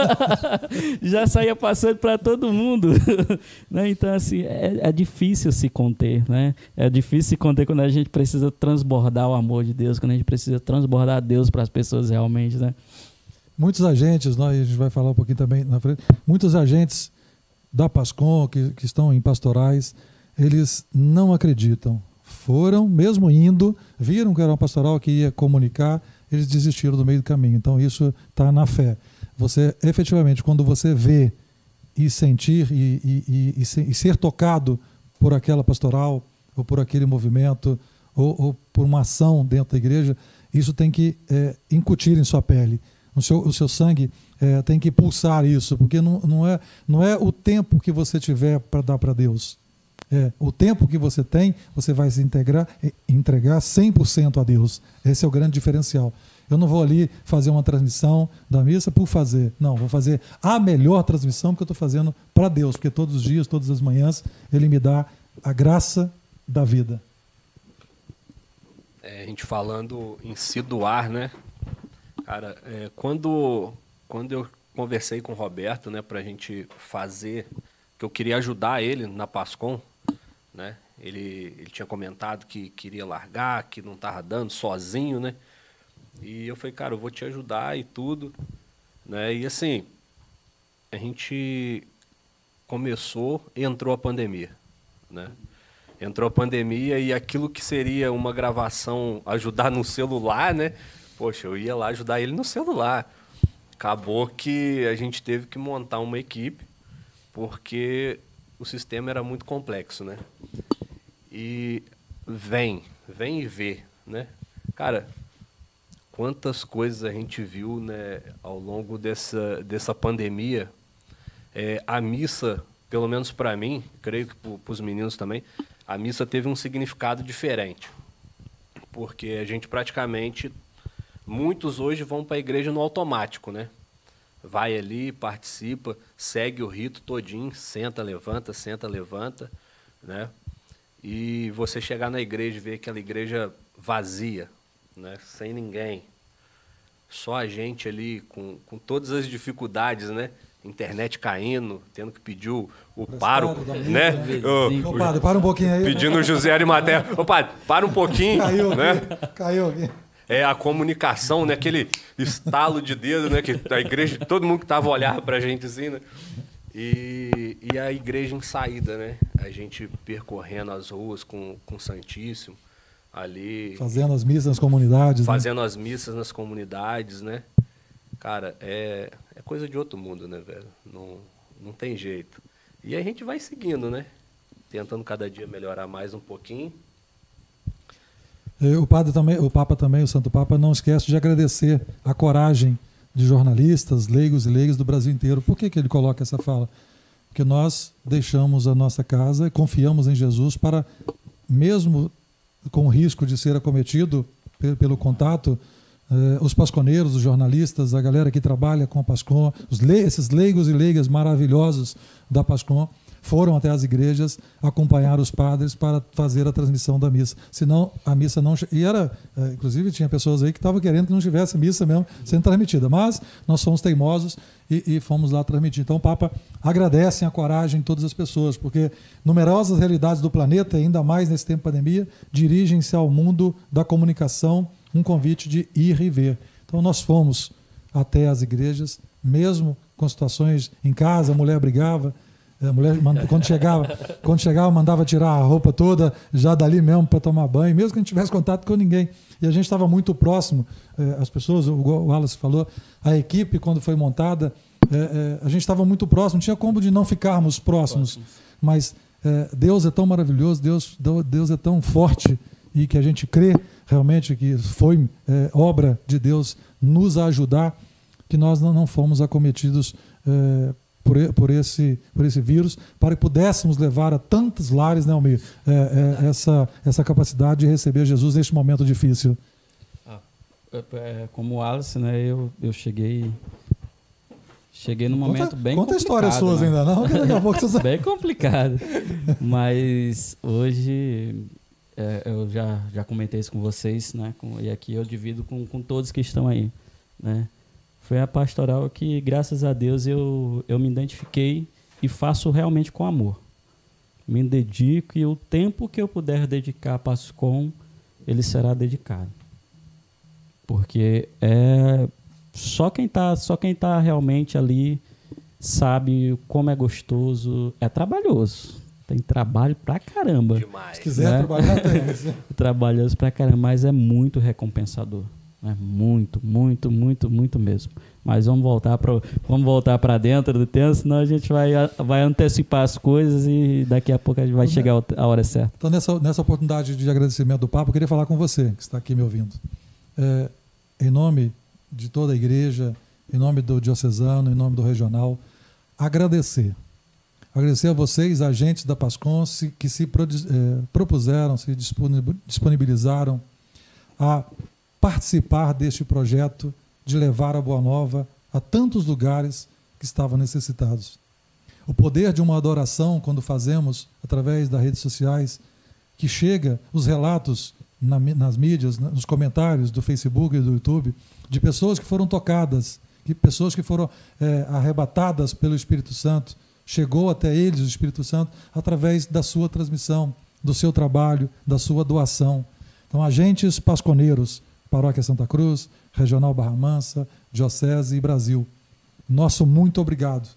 já saía passando para todo mundo. Né? Então, assim, é, é difícil se conter, né? É difícil se conter quando a gente precisa transbordar o amor de Deus, quando a gente precisa transbordar Deus para as pessoas realmente, né? Muitos agentes, nós, a gente vai falar um pouquinho também na frente, muitos agentes da Pascom, que, que estão em pastorais, eles não acreditam. Foram, mesmo indo, viram que era uma pastoral que ia comunicar, eles desistiram do meio do caminho. Então isso está na fé. Você, efetivamente, quando você vê e sentir e, e, e, e, e ser tocado por aquela pastoral, ou por aquele movimento, ou, ou por uma ação dentro da igreja, isso tem que é, incutir em sua pele. O seu, o seu sangue é, tem que pulsar isso, porque não, não, é, não é o tempo que você tiver para dar para Deus. É, o tempo que você tem, você vai se integrar, entregar cem por cento a Deus. Esse é o grande diferencial. Eu não vou ali fazer uma transmissão da missa por fazer. Não, vou fazer a melhor transmissão que eu estou fazendo para Deus, porque todos os dias, todas as manhãs, Ele me dá a graça da vida. É, a gente falando em se doar, né? Cara, é, quando, quando eu conversei com o Roberto, né, para a gente fazer, que eu queria ajudar ele na Pascom, né? Ele, ele tinha comentado que queria largar, que não estava dando sozinho, né? E eu falei, cara, eu vou te ajudar e tudo, né? E assim, a gente começou, entrou a pandemia, né? Entrou a pandemia e aquilo que seria uma gravação, ajudar no celular, né? Poxa, eu ia lá ajudar ele no celular. Acabou que a gente teve que montar uma equipe, porque o sistema era muito complexo, né? E vem, vem e vê, né? Cara, quantas coisas a gente viu, né, ao longo dessa, dessa pandemia. É, a missa, pelo menos para mim, creio que para os meninos também, a missa teve um significado diferente. Porque a gente praticamente... Muitos hoje vão para a igreja no automático, né? Vai ali, participa, segue o rito todinho, senta, levanta, senta, levanta, né? E você chegar na igreja e ver aquela igreja vazia, né? Sem ninguém, só a gente ali com, com todas as dificuldades, né? internet caindo, tendo que pedir o, o paro, né? Ô, padre, para um pouquinho aí. Pedindo o José Arimateia. Ô, padre, para um pouquinho, Caiu né? aqui, caiu aqui. É a comunicação, né? Aquele estalo de dedo, né? Que a igreja, todo mundo que tava olhando pra gente assim, né? E, e a igreja em saída, né? A gente percorrendo as ruas com, com o Santíssimo, ali... Fazendo as missas nas comunidades. Fazendo né? as missas nas comunidades, né? Cara, é, é coisa de outro mundo, né, velho? Não, não tem jeito. E a gente vai seguindo, né? Tentando cada dia melhorar mais um pouquinho. O padre também, o Papa também, o Santo Papa, não esquece de agradecer a coragem de jornalistas, leigos e leigas do Brasil inteiro. Por que que ele coloca essa fala? Porque nós deixamos a nossa casa e confiamos em Jesus para, mesmo com o risco de ser acometido pelo, pelo contato, eh, os pasconeiros, os jornalistas, a galera que trabalha com a Pascom, os le esses leigos e leigas maravilhosos da Pascom, foram até as igrejas acompanhar os padres para fazer a transmissão da missa. Senão, a missa não... E era, inclusive, tinha pessoas aí que estavam querendo que não tivesse missa mesmo sendo transmitida. Mas nós fomos teimosos e, e fomos lá transmitir. Então, o Papa agradece a coragem de todas as pessoas, porque numerosas realidades do planeta, ainda mais nesse tempo de pandemia, dirigem-se ao mundo da comunicação, um convite de ir e ver. Então, nós fomos até as igrejas, mesmo com situações em casa, a mulher brigava, a mulher, quando chegava, quando chegava, mandava tirar a roupa toda, já dali mesmo para tomar banho, mesmo que não tivesse contato com ninguém. E a gente estava muito próximo, eh, as pessoas, o Wallace falou, a equipe, quando foi montada, eh, eh, a gente estava muito próximo, não tinha como de não ficarmos próximos. próximos. Mas eh, Deus é tão maravilhoso, Deus, Deus é tão forte, e que a gente crê realmente que foi eh, obra de Deus nos ajudar, que nós não, não fomos acometidos eh, Por, por, esse, por esse vírus, para que pudéssemos levar a tantos lares, né, Almir, é, é, essa, essa capacidade de receber Jesus neste momento difícil. Ah, é, como o Alice, né, eu, eu cheguei cheguei num momento conta, bem conta complicado. Conta histórias suas, né? Ainda não, porque daqui a pouco você... Bem complicado. Mas hoje, é, eu já, já comentei isso com vocês, né, com, e aqui eu divido com, com todos que estão aí, né. Foi a pastoral que, graças a Deus, eu, eu me identifiquei e faço realmente com amor. Me dedico e o tempo que eu puder dedicar a Pascom, ele será dedicado. Porque é só quem está só quem tá realmente ali sabe como é gostoso. É trabalhoso. Tem trabalho pra caramba. Demais. Se quiser né? trabalhar, tem. Trabalhoso pra caramba, mas é muito recompensador. É muito, muito, muito, muito mesmo. Mas vamos voltar para vamos voltar para dentro do tempo, senão a gente vai, vai antecipar as coisas e daqui a pouco a gente vai chegar a hora certa. Então, nessa, nessa oportunidade de agradecimento do Papa, eu queria falar com você, que está aqui me ouvindo. É, em nome de toda a igreja, em nome do diocesano, em nome do regional, agradecer. Agradecer a vocês, agentes da Pascom, que se é, propuseram, se disponibilizaram a participar deste projeto de levar a Boa Nova a tantos lugares que estavam necessitados. O poder de uma adoração, quando fazemos através das redes sociais, que chega os relatos na, nas mídias, nos comentários do Facebook e do YouTube, de pessoas que foram tocadas, de pessoas que foram é, arrebatadas pelo Espírito Santo, chegou até eles o Espírito Santo através da sua transmissão, do seu trabalho, da sua doação. Então, agentes pasconeiros, Paróquia Santa Cruz, Regional Barra Mansa, Diocese e Brasil. Nosso muito obrigado.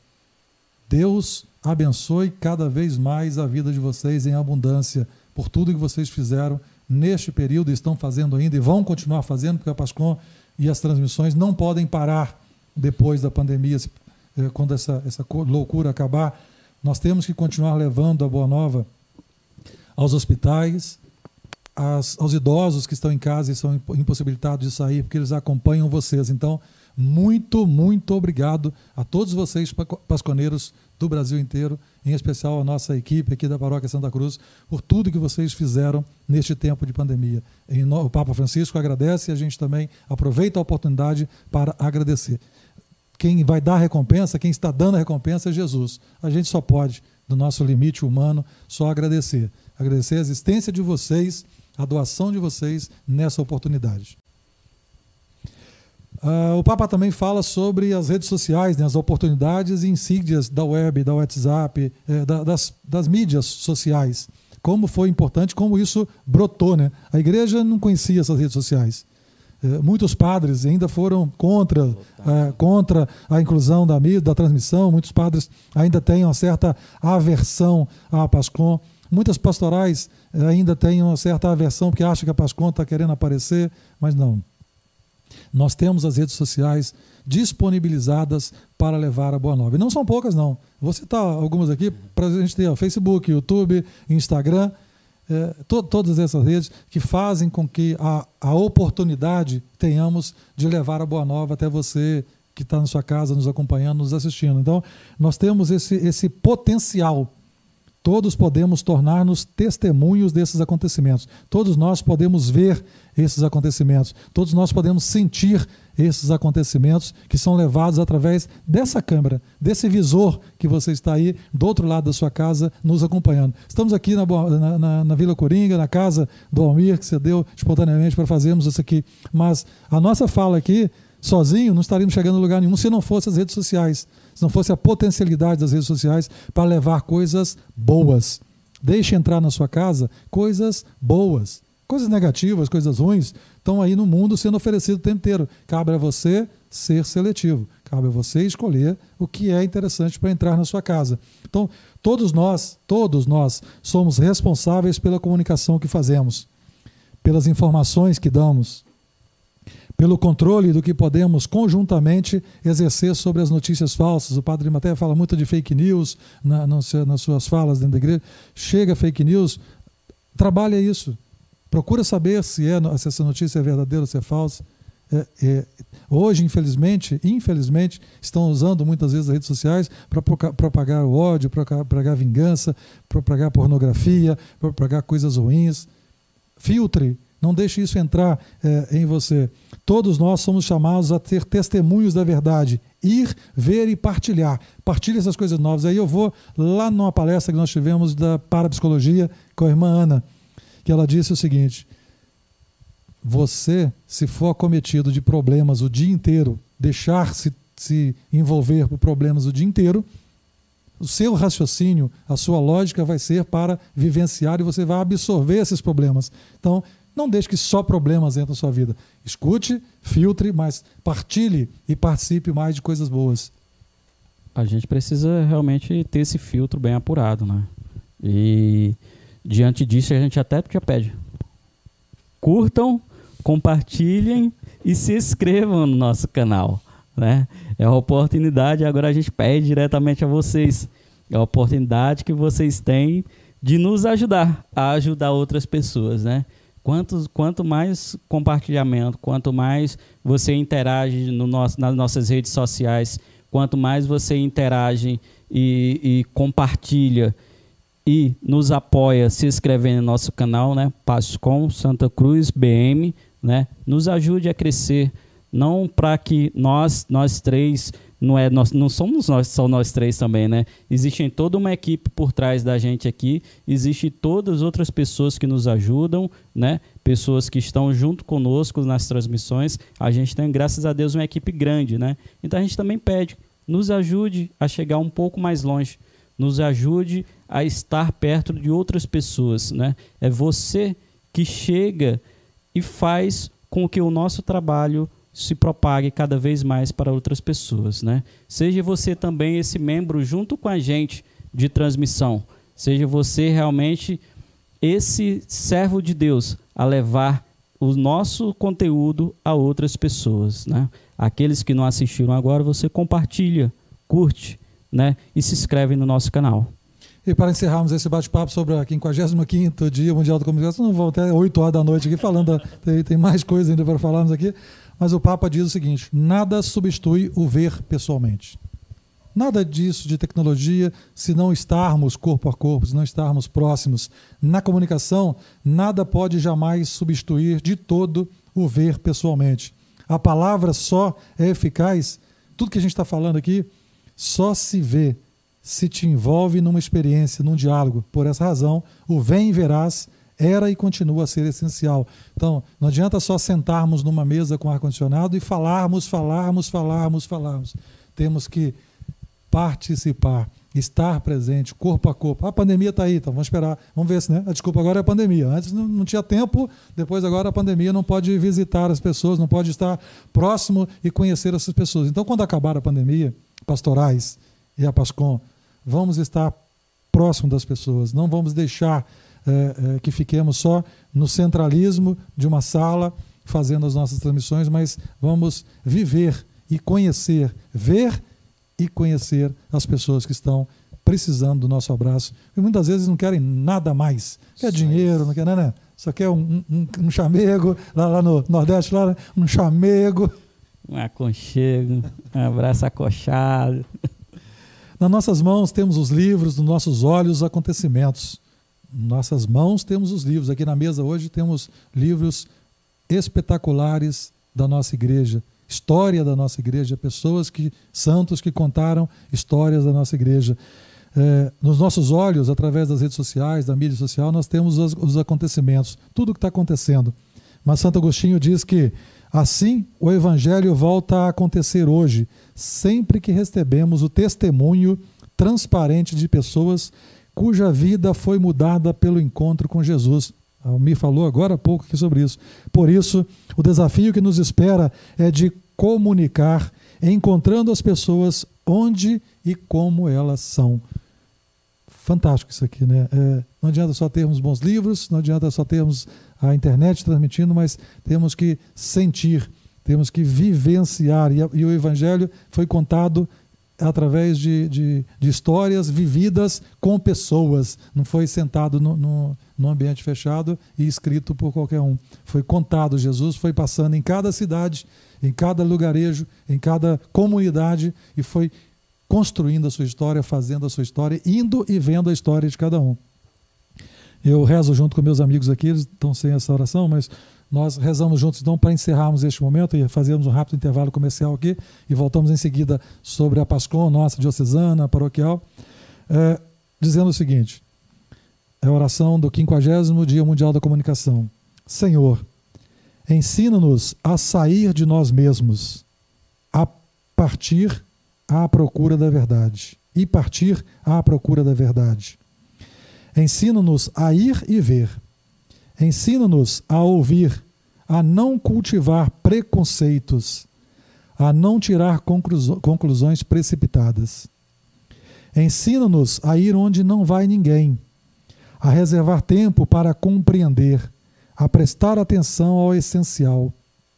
Deus abençoe cada vez mais a vida de vocês em abundância por tudo que vocês fizeram neste período e estão fazendo ainda e vão continuar fazendo, porque a Pascom e as transmissões não podem parar depois da pandemia, quando essa, essa loucura acabar. Nós temos que continuar levando a Boa Nova aos hospitais, As, aos idosos que estão em casa e são impossibilitados de sair, porque eles acompanham vocês. Então, muito, muito obrigado a todos vocês, pasconeiros do Brasil inteiro, em especial a nossa equipe aqui da Paróquia Santa Cruz, por tudo que vocês fizeram neste tempo de pandemia. E o Papa Francisco agradece e a gente também aproveita a oportunidade para agradecer. Quem vai dar a recompensa, quem está dando a recompensa é Jesus. A gente só pode, do nosso limite humano, só agradecer. Agradecer a existência de vocês, a doação de vocês nessa oportunidade. Uh, o Papa também fala sobre as redes sociais, né, as oportunidades e insídias da web, da WhatsApp, eh, da, das, das mídias sociais. Como foi importante, como isso brotou, né? A igreja não conhecia essas redes sociais. Eh, muitos padres ainda foram contra, eh, contra a inclusão da mídia, da transmissão. Muitos padres ainda têm uma certa aversão à PASCOM. Muitas pastorais eh, ainda têm uma certa aversão porque acham que a PASCOM está querendo aparecer, mas não. Nós temos as redes sociais disponibilizadas para levar a boa nova. E não são poucas, não. Vou citar algumas aqui para a gente ter ó, Facebook, YouTube, Instagram, eh, to todas essas redes que fazem com que a, a oportunidade tenhamos de levar a boa nova até você que está na sua casa, nos acompanhando, nos assistindo. Então, nós temos esse, esse potencial. Todos podemos tornar-nos testemunhos desses acontecimentos. Todos nós podemos ver esses acontecimentos. Todos nós podemos sentir esses acontecimentos que são levados através dessa câmera, desse visor que você está aí do outro lado da sua casa nos acompanhando. Estamos aqui na, na, na, na Vila Coringa, na casa do Almir, que cedeu espontaneamente para fazermos isso aqui. Mas a nossa fala aqui, sozinho, não estaríamos chegando a lugar nenhum se não fosse as redes sociais. Se não fosse a potencialidade das redes sociais para levar coisas boas. Deixe entrar na sua casa coisas boas. Coisas negativas, coisas ruins, estão aí no mundo sendo oferecido o tempo inteiro. Cabe a você ser seletivo. Cabe a você escolher o que é interessante para entrar na sua casa. Então, todos nós, todos nós, somos responsáveis pela comunicação que fazemos, pelas informações que damos, pelo controle do que podemos conjuntamente exercer sobre as notícias falsas. O padre Mateia fala muito de fake news na, no, nas suas falas dentro da igreja. Chega fake news, trabalha isso. Procura saber se, é, se essa notícia é verdadeira ou se é falsa. É, é, hoje, infelizmente, infelizmente, estão usando muitas vezes as redes sociais para propagar o ódio, para propagar vingança, propagar pornografia, propagar coisas ruins. Filtre. Não deixe isso entrar é, em você. Todos nós somos chamados a ter testemunhos da verdade. Ir, ver e partilhar. Partilhe essas coisas novas. Aí eu vou lá numa palestra que nós tivemos da parapsicologia com a irmã Ana, que ela disse o seguinte: você, se for acometido de problemas o dia inteiro, deixar-se se envolver por problemas o dia inteiro, o seu raciocínio, a sua lógica vai ser para vivenciar e você vai absorver esses problemas. Então, não deixe que só problemas entrem na sua vida. Escute, filtre, mas partilhe e participe mais de coisas boas. A gente precisa realmente ter esse filtro bem apurado, né? E diante disso a gente até já pede. Curtam, compartilhem e se inscrevam no nosso canal, né? É uma oportunidade, agora a gente pede diretamente a vocês. É a oportunidade que vocês têm de nos ajudar a ajudar outras pessoas, né? Quanto, quanto mais compartilhamento, quanto mais você interage no nosso, nas nossas redes sociais, quanto mais você interage e, e compartilha e nos apoia se inscrevendo no nosso canal, né? PASCOM Santa Cruz B M, né? Nos ajude a crescer, não para que nós, nós três, não, é, nós, não somos nós, só nós três também, né? Existe toda uma equipe por trás da gente aqui, existe todas as outras pessoas que nos ajudam, né? Pessoas que estão junto conosco nas transmissões. A gente tem, graças a Deus, uma equipe grande, né? Então a gente também pede, nos ajude a chegar um pouco mais longe, nos ajude a estar perto de outras pessoas, né? É você que chega e faz com que o nosso trabalho se propague cada vez mais para outras pessoas, né? Seja você também esse membro junto com a gente de transmissão, seja você realmente esse servo de Deus a levar o nosso conteúdo a outras pessoas, né? Aqueles que não assistiram agora, você compartilha, curte, né? E se inscreve no nosso canal. E para encerrarmos esse bate-papo sobre a quinquagésimo quinto Dia Mundial da Comunicação, não vou até oito horas da noite aqui falando, tem, tem mais coisa ainda para falarmos aqui, mas o Papa diz o seguinte: nada substitui o ver pessoalmente. Nada disso de tecnologia, se não estarmos corpo a corpo, se não estarmos próximos. Na comunicação, nada pode jamais substituir de todo o ver pessoalmente. A palavra só é eficaz, tudo que a gente está falando aqui, só se vê se te envolve numa experiência, num diálogo. Por essa razão, o vem e verás era e continua a ser essencial. Então, não adianta só sentarmos numa mesa com ar-condicionado e falarmos, falarmos, falarmos, falarmos. Temos que participar, estar presente, corpo a corpo. A pandemia está aí, então vamos esperar, vamos ver se, né? A desculpa agora é a pandemia. Antes não, não tinha tempo, depois agora a pandemia não pode visitar as pessoas, não pode estar próximo e conhecer essas pessoas. Então, quando acabar a pandemia, pastorais e a PASCOM, vamos estar próximo das pessoas, não vamos deixar é, é, que fiquemos só no centralismo de uma sala fazendo as nossas transmissões, mas vamos viver e conhecer, ver e conhecer as pessoas que estão precisando do nosso abraço. E muitas vezes não querem nada mais. Quer dinheiro, não quer nada, né? Só quer um, um, um chamego, lá, lá no Nordeste, lá, um chamego. Um aconchego, um abraço acochado. Nas nossas mãos temos os livros, nos nossos olhos os acontecimentos. Nas nossas mãos temos os livros. Aqui na mesa hoje temos livros espetaculares da nossa igreja. História da nossa igreja, pessoas que, santos que contaram histórias da nossa igreja. É, nos nossos olhos, através das redes sociais, da mídia social, nós temos os, os acontecimentos, tudo o que está acontecendo. Mas Santo Agostinho diz que assim o Evangelho volta a acontecer hoje, sempre que recebemos o testemunho transparente de pessoas cuja vida foi mudada pelo encontro com Jesus. A Almir falou agora há pouco aqui sobre isso. Por isso, o desafio que nos espera é de comunicar, encontrando as pessoas onde e como elas são. Fantástico isso aqui, né? É, não adianta só termos bons livros, não adianta só termos a internet transmitindo, mas temos que sentir, temos que vivenciar. E, a, e o Evangelho foi contado através de, de, de histórias vividas com pessoas. Não foi sentado no, no, no ambiente fechado e escrito por qualquer um. Foi contado. Jesus foi passando em cada cidade, em cada lugarejo, em cada comunidade e foi construindo a sua história, fazendo a sua história, indo e vendo a história de cada um. Eu rezo junto com meus amigos aqui, eles estão sem essa oração, mas nós rezamos juntos então para encerrarmos este momento e fazermos um rápido intervalo comercial aqui e voltamos em seguida sobre a PASCOM, nossa diocesana, paroquial, é, dizendo o seguinte, é a oração do quinquagésimo Dia Mundial da Comunicação. Senhor, ensina-nos a sair de nós mesmos, a partir à procura da verdade e partir à procura da verdade. Ensina-nos a ir e ver. Ensina-nos a ouvir, a não cultivar preconceitos, a não tirar conclusões precipitadas. Ensina-nos a ir onde não vai ninguém, a reservar tempo para compreender, a prestar atenção ao essencial,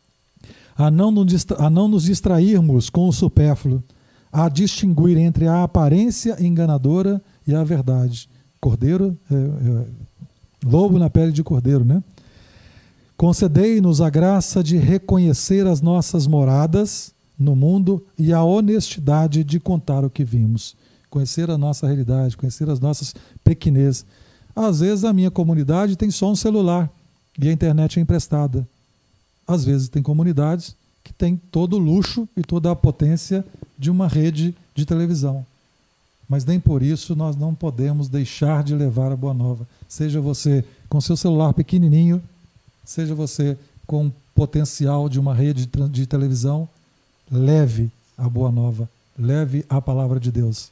a não nos, a não nos distrairmos com o supérfluo, a distinguir entre a aparência enganadora e a verdade. Cordeiro, é, é, lobo na pele de cordeiro, né? Concedei-nos a graça de reconhecer as nossas moradas no mundo e a honestidade de contar o que vimos. Conhecer a nossa realidade, conhecer as nossas pequenezes. Às vezes a minha comunidade tem só um celular e a internet é emprestada. Às vezes tem comunidades que têm todo o luxo e toda a potência de uma rede de televisão. Mas nem por isso nós não podemos deixar de levar a Boa Nova. Seja você com seu celular pequenininho, seja você com potencial de uma rede de televisão, leve a Boa Nova, leve a palavra de Deus.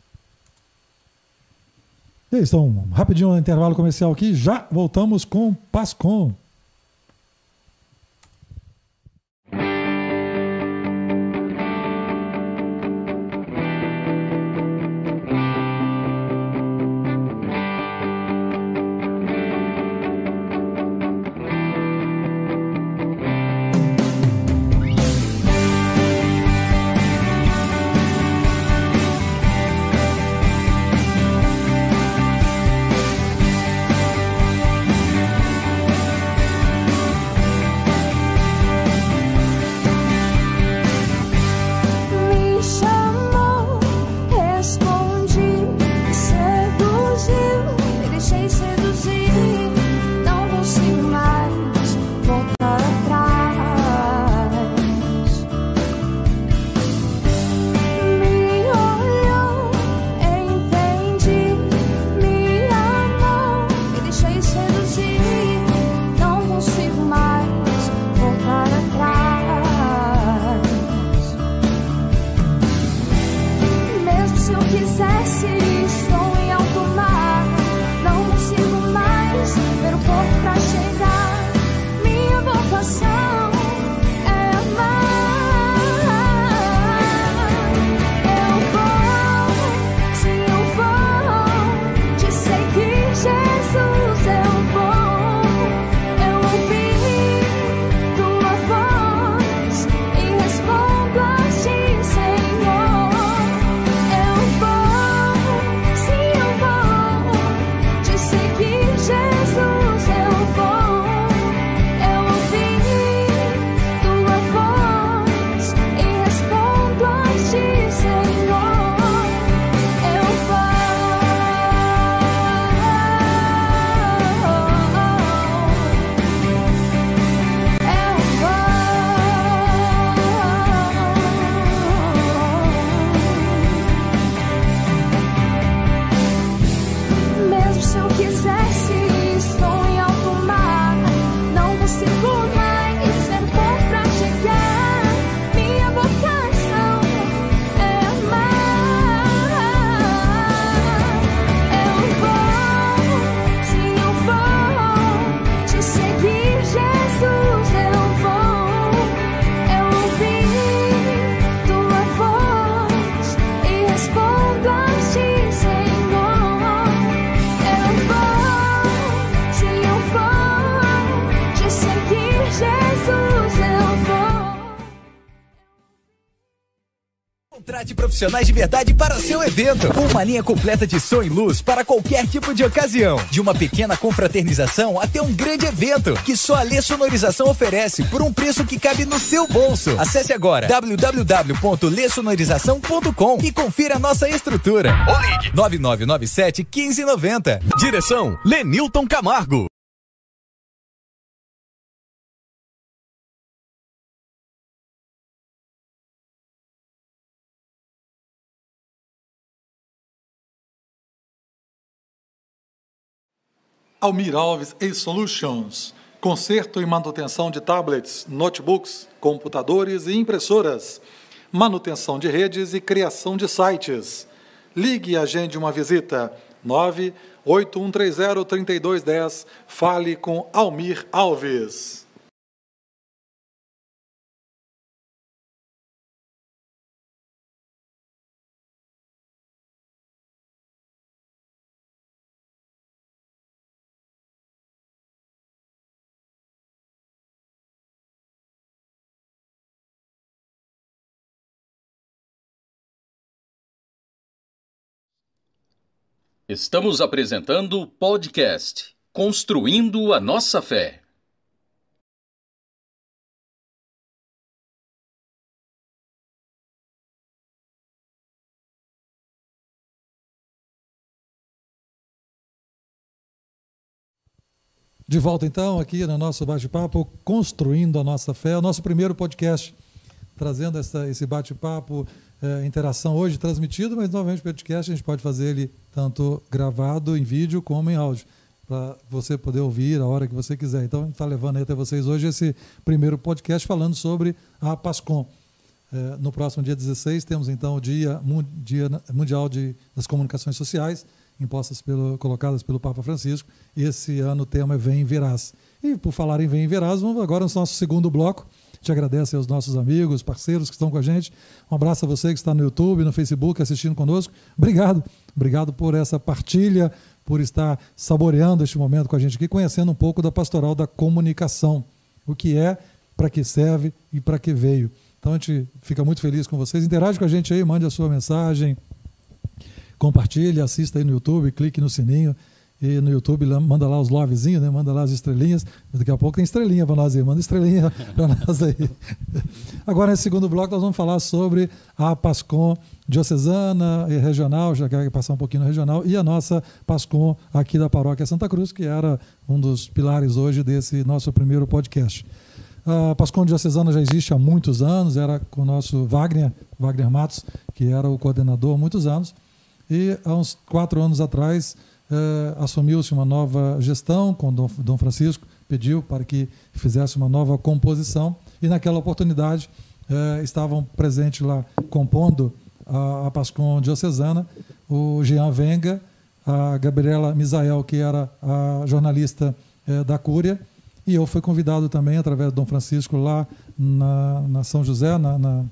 E aí, então, um rapidinho intervalo comercial aqui, já voltamos com PASCOM. Contrate profissionais de verdade para o seu evento. Uma linha completa de som e luz para qualquer tipo de ocasião. De uma pequena confraternização até um grande evento que só a Lê Sonorização oferece por um preço que cabe no seu bolso. Acesse agora w w w ponto lê sonorização ponto com e confira a nossa estrutura. Ou ligue nove nove nove sete um cinco nove zero. Direção Lenilton Camargo. Almir Alves e-Solutions, conserto e manutenção de tablets, notebooks, computadores e impressoras, manutenção de redes e criação de sites. Ligue e agende uma visita. nove oito um três zero três dois um zero. Fale com Almir Alves. Estamos apresentando o podcast Construindo a Nossa Fé. De volta então aqui no nosso bate-papo Construindo a Nossa Fé, o nosso primeiro podcast, trazendo essa, esse bate-papo, é, interação hoje transmitido, mas novamente o podcast a gente pode fazer ele tanto gravado em vídeo como em áudio, para você poder ouvir a hora que você quiser. Então a gente está levando aí até vocês hoje esse primeiro podcast falando sobre a PASCOM. É, no próximo dia dezesseis temos então o Dia, dia Mundial de, das Comunicações Sociais, impostas pelo, colocadas pelo Papa Francisco. Esse ano o tema é Vem Verás. E por falar em Vem Verás, vamos agora no nosso segundo bloco. Te agradeço aos nossos amigos, parceiros que estão com a gente. Um abraço a você que está no YouTube, no Facebook, assistindo conosco. Obrigado. Obrigado por essa partilha, por estar saboreando este momento com a gente aqui, conhecendo um pouco da pastoral da comunicação. O que é, para que serve e para que veio. Então a gente fica muito feliz com vocês. Interage com a gente aí, mande a sua mensagem, compartilhe, assista aí no YouTube, clique no sininho. E no YouTube manda lá os lovezinhos, né? Manda lá as estrelinhas. Daqui a pouco tem estrelinha para nós aí. Manda estrelinha para nós aí. Agora, nesse segundo bloco, nós vamos falar sobre a PASCOM diocesana e regional, já quero passar um pouquinho no regional, e a nossa PASCOM aqui da Paróquia Santa Cruz, que era um dos pilares hoje desse nosso primeiro podcast. A PASCOM diocesana já existe há muitos anos, era com o nosso Wagner, Wagner Matos, que era o coordenador há muitos anos, e há uns quatro anos atrás, Uh, assumiu-se uma nova gestão com Dom, Dom Francisco, pediu para que fizesse uma nova composição e naquela oportunidade uh, estavam presentes lá compondo a, a PASCOM diocesana o Jean Venga, a Gabriela Misael, que era a jornalista uh, da Cúria, e eu fui convidado também através do Dom Francisco lá na, na São José, na, na,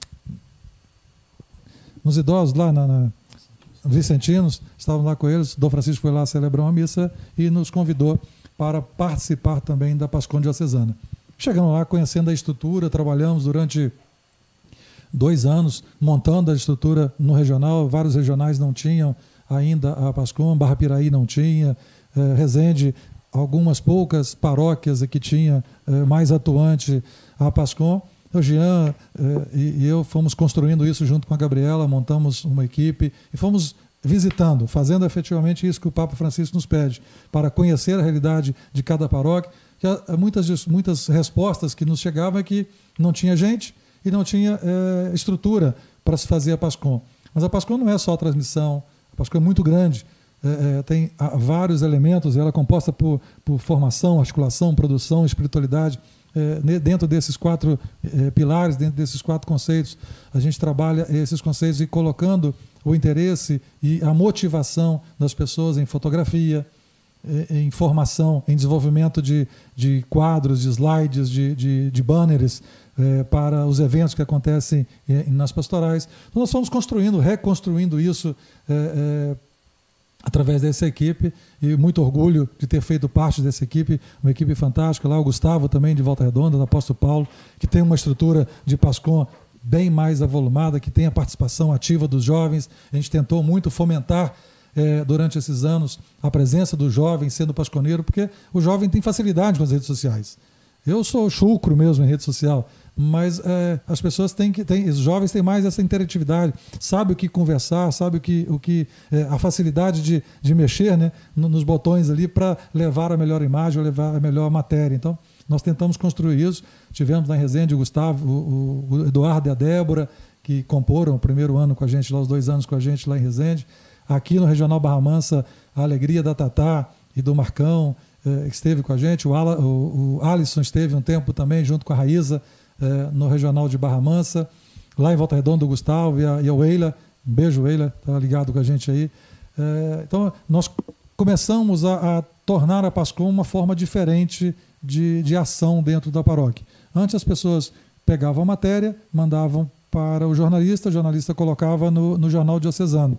nos idosos lá na, na vicentinos, estavam lá com eles. Dom Francisco foi lá celebrar uma missa e nos convidou para participar também da PASCOM diocesana. Chegamos lá conhecendo a estrutura, trabalhamos durante dois anos montando a estrutura no regional. Vários regionais não tinham ainda a PASCOM, Barra Piraí não tinha, eh, Resende, algumas poucas paróquias que tinha eh, mais atuante a PASCOM. O Jean eh, e, e eu fomos construindo isso junto com a Gabriela, montamos uma equipe e fomos visitando, fazendo efetivamente isso que o Papa Francisco nos pede, para conhecer a realidade de cada paróquia. Que há muitas, muitas respostas que nos chegavam é que não tinha gente e não tinha eh, estrutura para se fazer a PASCOM. Mas a PASCOM não é só a transmissão, a PASCOM é muito grande, eh, tem há, vários elementos, ela é composta por, por formação, articulação, produção, espiritualidade. É, dentro desses quatro é, pilares, dentro desses quatro conceitos, a gente trabalha esses conceitos e colocando o interesse e a motivação das pessoas em fotografia, é, em formação, em desenvolvimento de, de quadros, de slides, de, de, de banners é, para os eventos que acontecem é, nas pastorais. Então nós fomos construindo, reconstruindo isso é, é, através dessa equipe, e muito orgulho de ter feito parte dessa equipe, uma equipe fantástica. Lá o Gustavo também, de Volta Redonda, do Apóstolo Paulo, que tem uma estrutura de PASCOM bem mais avolumada, que tenha participação ativa dos jovens. A gente tentou muito fomentar é, durante esses anos a presença do jovem sendo pasconeiro, porque o jovem tem facilidade com as redes sociais. Eu sou chucro mesmo em rede social, mas é, as pessoas têm que, têm, os jovens têm mais essa interatividade, sabe o que conversar, sabe o que, o que é, a facilidade de, de mexer, né, nos botões ali para levar a melhor imagem ou levar a melhor matéria. Então, nós tentamos construir isso. Tivemos na Resende o Gustavo, o, o Eduardo e a Débora, que comporam o primeiro ano com a gente, lá os dois anos com a gente lá em Resende. Aqui no Regional Barra Mansa, a alegria da Tatá e do Marcão, eh, que esteve com a gente. O, Ala, o, o Alisson esteve um tempo também, junto com a Raíza, eh, no Regional de Barra Mansa. Lá em Volta Redonda, o Gustavo e a, e a Weila. Um beijo, Weila, está ligado com a gente aí. Eh, então, nós começamos a, a tornar a PASCOM uma forma diferente de, de ação dentro da paróquia. Antes as pessoas pegavam a matéria, mandavam para o jornalista, o jornalista colocava no, no jornal diocesano.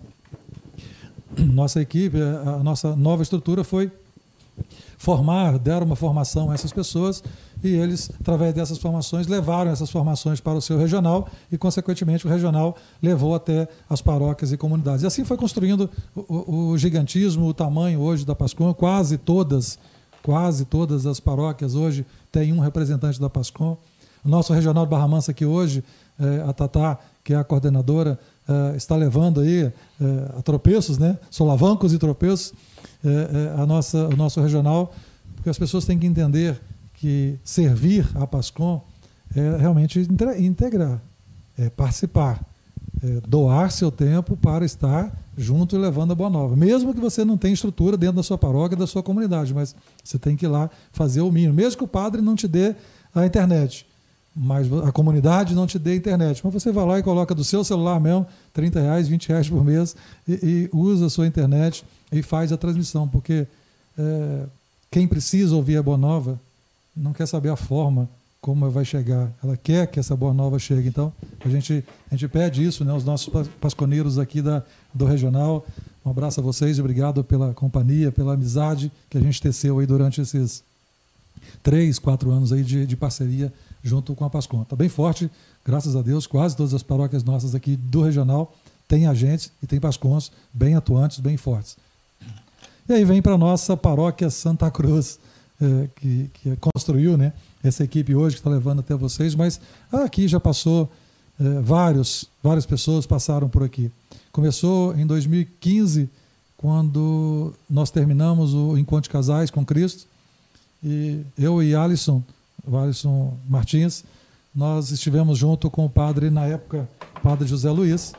Nossa equipe, a nossa nova estrutura foi formar, dar uma formação a essas pessoas e eles, através dessas formações, levaram essas formações para o seu regional e, consequentemente, o regional levou até as paróquias e comunidades. E assim foi construindo o, o, o gigantismo, o tamanho hoje da PASCOM. Quase todas, quase todas as paróquias hoje têm um representante da PASCOM. O nosso regional de Barra Mansa aqui hoje, é, a Tatá, que é a coordenadora, é, está levando aí é, a tropeços, né? Solavancos e tropeços, é, é, a nossa, o nosso regional, porque as pessoas têm que entender que servir a PASCOM é realmente integrar, é participar, é doar seu tempo para estar junto e levando a boa nova. Mesmo que você não tenha estrutura dentro da sua paróquia, da sua comunidade, mas você tem que ir lá fazer o mínimo. Mesmo que o padre não te dê a internet, mas a comunidade não te dê internet. Mas você vai lá e coloca do seu celular mesmo, trinta reais, vinte reais por mês, e, e usa a sua internet e faz a transmissão, porque é, quem precisa ouvir a boa nova não quer saber a forma como vai chegar. Ela quer que essa boa nova chegue. Então, a gente, a gente pede isso, né, aos nossos pasconeiros aqui da, do regional. Um abraço a vocês, obrigado pela companhia, pela amizade que a gente teceu aí durante esses três, quatro anos aí de, de parceria junto com a PASCOM. Está bem forte, graças a Deus, quase todas as paróquias nossas aqui do regional têm agentes e têm PASCOMs bem atuantes, bem fortes. E aí vem para a nossa paróquia Santa Cruz, é, que, que construiu, né, essa equipe hoje que está levando até vocês, mas aqui já passou, é, vários, várias pessoas passaram por aqui. Começou em dois mil e quinze, quando nós terminamos o Encontro de Casais com Cristo, e eu e Alisson, o Alisson Martins, nós estivemos junto com o padre, na época, o padre José Luiz,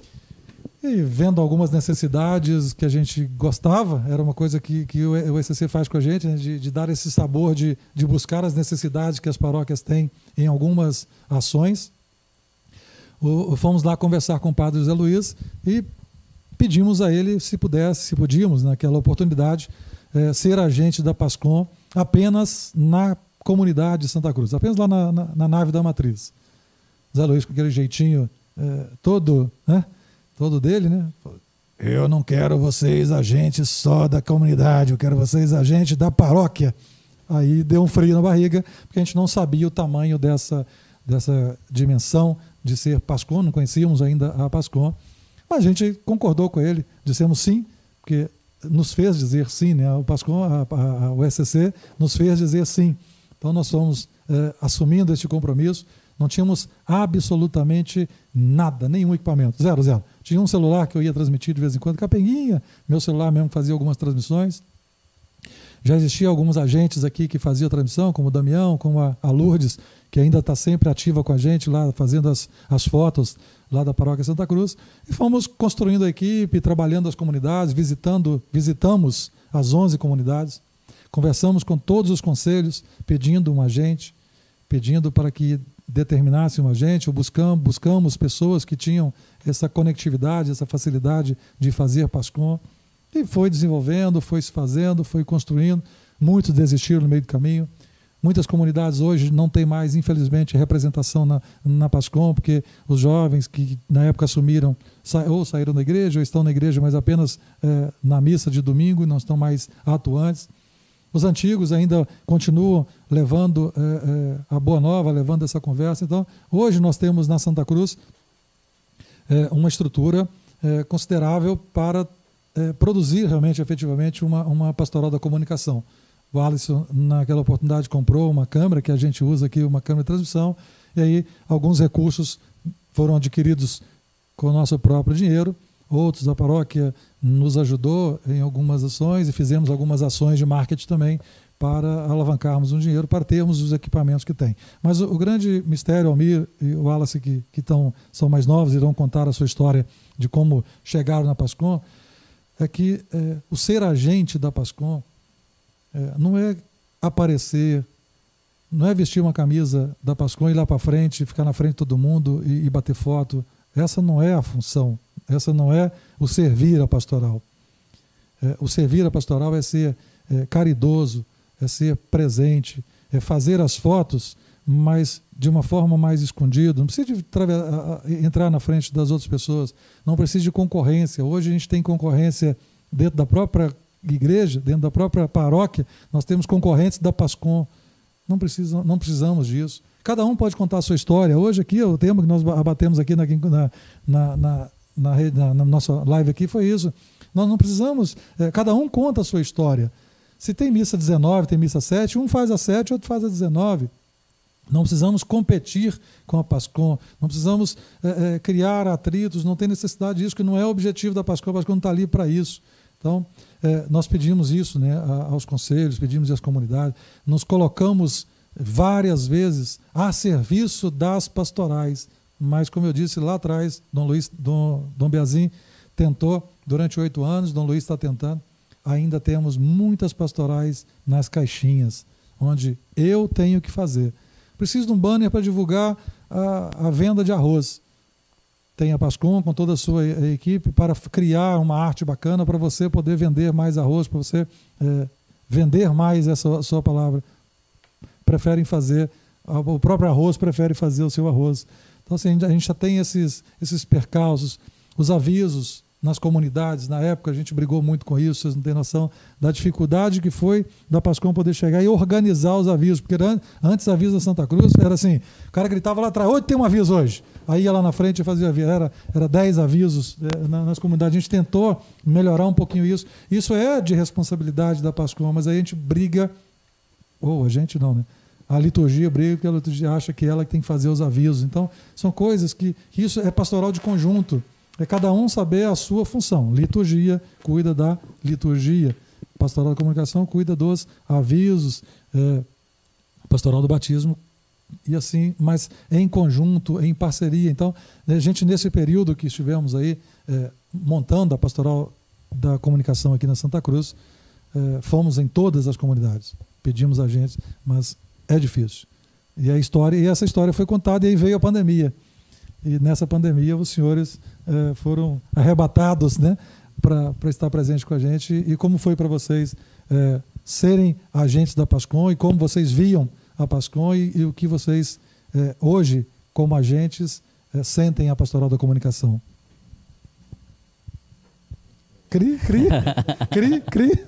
e vendo algumas necessidades que a gente gostava, era uma coisa que, que o E C C faz com a gente, né, de, de dar esse sabor, de, de buscar as necessidades que as paróquias têm em algumas ações. O, fomos lá conversar com o padre José Luiz e pedimos a ele, se pudesse, se podíamos, naquela oportunidade, é, ser agente da PASCOM apenas na comunidade de Santa Cruz, apenas lá na, na, na nave da matriz. Zé Luiz, com aquele jeitinho é, todo, né, todo dele, né? Eu não quero vocês agentes só da comunidade, eu quero vocês agentes da paróquia. Aí deu um frio na barriga, porque a gente não sabia o tamanho dessa, dessa dimensão de ser PASCOM, não conhecíamos ainda a PASCOM, mas a gente concordou com ele, dissemos sim, porque nos fez dizer sim, né? O PASCOM, a, a, a, o E C C nos fez dizer sim. Então nós fomos é, assumindo este compromisso, não tínhamos absolutamente nada, nenhum equipamento, zero, zero. Tinha um celular que eu ia transmitir de vez em quando, capenguinha, meu celular mesmo fazia algumas transmissões. Já existiam alguns agentes aqui que faziam a transmissão, como o Damião, como a, a Lourdes, que ainda está sempre ativa com a gente lá, fazendo as, as fotos lá da Paróquia Santa Cruz. E fomos construindo a equipe, trabalhando as comunidades, visitando, visitamos as onze comunidades, conversamos com todos os conselhos, pedindo um agente, pedindo para que determinasse um agente, ou buscamos, buscamos pessoas que tinham essa conectividade, essa facilidade de fazer PASCOM. E foi desenvolvendo, foi se fazendo, foi construindo. Muitos desistiram no meio do caminho. Muitas comunidades hoje não têm mais, infelizmente, representação na, na PASCOM, porque os jovens que na época assumiram, ou saíram da igreja, ou estão na igreja, mas apenas é, na missa de domingo e não estão mais atuantes. Os antigos ainda continuam levando é, é, a boa nova, levando essa conversa. Então, hoje nós temos na Santa Cruz é, uma estrutura é, considerável para é, produzir realmente, efetivamente, uma, uma pastoral da comunicação. O Alisson, naquela oportunidade, comprou uma câmera, que a gente usa aqui, uma câmera de transmissão, e aí alguns recursos foram adquiridos com o nosso próprio dinheiro. Outros, a paróquia nos ajudou em algumas ações e fizemos algumas ações de marketing também para alavancarmos um dinheiro, para termos os equipamentos que tem. Mas o, o grande mistério, Almir e o Wallace, que, que tão, são mais novos, irão contar a sua história de como chegaram na Pascom, é que é, o ser agente da Pascom é, não é aparecer, não é vestir uma camisa da Pascom, ir lá para frente, ficar na frente de todo mundo e, e bater foto. Essa não é a função. Essa não é o servir a pastoral. É, o servir a pastoral é ser é, caridoso, é ser presente, é fazer as fotos, mas de uma forma mais escondida. Não precisa de entrar na frente das outras pessoas, não precisa de concorrência. Hoje a gente tem concorrência dentro da própria igreja, dentro da própria paróquia, nós temos concorrentes da Pascom. Não, precisa, não precisamos disso. Cada um pode contar a sua história. Hoje aqui, o tema que nós abatemos aqui na, na, na, na, rede, na, na nossa live aqui foi isso. Nós não precisamos, é, cada um conta a sua história. Se tem missa dezenove, tem missa sete, um faz a sete, outro faz a dezenove. Não precisamos competir com a Pascom, não precisamos é, é, criar atritos, não tem necessidade disso, que não é o objetivo da Pascom, a Pascom não está ali para isso. Então, é, nós pedimos isso, né, aos conselhos, pedimos às comunidades, nos colocamos várias vezes a serviço das pastorais, mas como eu disse lá atrás, Dom Luiz, Dom, Dom Beazim tentou durante oito anos, Dom Luiz está tentando, ainda temos muitas pastorais nas caixinhas, onde eu tenho que fazer. Preciso de um banner para divulgar a, a venda de arroz. Tem a Pascom com toda a sua equipe para criar uma arte bacana para você poder vender mais arroz, para você é, vender mais essa sua palavra. Preferem fazer, o próprio arroz prefere fazer o seu arroz. Então, assim, a gente já tem esses, esses percalços, os avisos nas comunidades. Na época a gente brigou muito com isso, vocês não têm noção da dificuldade que foi da Pascom poder chegar e organizar os avisos, porque antes o aviso da Santa Cruz era assim, o cara gritava lá atrás, hoje tem um aviso hoje, aí ia lá na frente e fazia aviso, era, era dez avisos é, nas comunidades. A gente tentou melhorar um pouquinho isso, isso é de responsabilidade da Pascom, mas aí a gente briga, ou a gente não, né? A liturgia briga porque a liturgia acha que ela que tem que fazer os avisos. Então, são coisas que, que isso é pastoral de conjunto. É cada um saber a sua função. Liturgia cuida da liturgia. Pastoral da comunicação cuida dos avisos. É, pastoral do batismo e assim, mas em conjunto, em parceria. Então, a gente, nesse período que estivemos aí é, montando a pastoral da comunicação aqui na Santa Cruz, é, fomos em todas as comunidades. Pedimos a gente, mas é difícil. E a história, e essa história foi contada e aí veio a pandemia. E nessa pandemia os senhores eh, foram arrebatados, né, para estar presente com a gente. E como foi para vocês eh, serem agentes da Pascom e como vocês viam a Pascom e, e o que vocês eh, hoje, como agentes, eh, sentem a pastoral da comunicação? Cri, cri, cri, cri.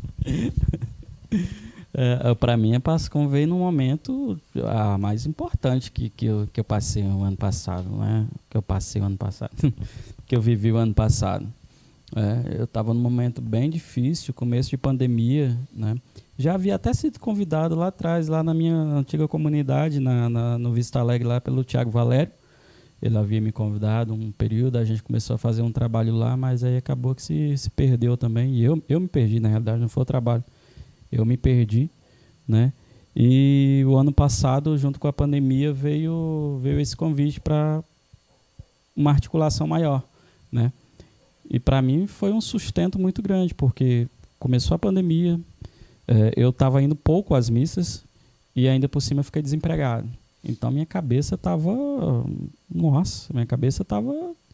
É, para mim, a Pascom veio num momento a mais importante que, que, eu, que eu passei o ano passado, né? Que eu passei o ano passado, que eu vivi o ano passado. É, eu estava num momento bem difícil, começo de pandemia, né? Já havia até sido convidado lá atrás, lá na minha antiga comunidade, na, na, no Vista Alegre, lá pelo Tiago Valério. Ele havia me convidado um período, a gente começou a fazer um trabalho lá, mas aí acabou que se, se perdeu também. E eu, eu me perdi, na realidade, não foi o trabalho. Eu me perdi, né? E o ano passado, junto com a pandemia, veio, veio esse convite para uma articulação maior, né? E para mim foi um sustento muito grande, porque começou a pandemia, é, eu estava indo pouco às missas e ainda por cima eu fiquei desempregado. Então minha cabeça estava... Nossa, minha cabeça estava...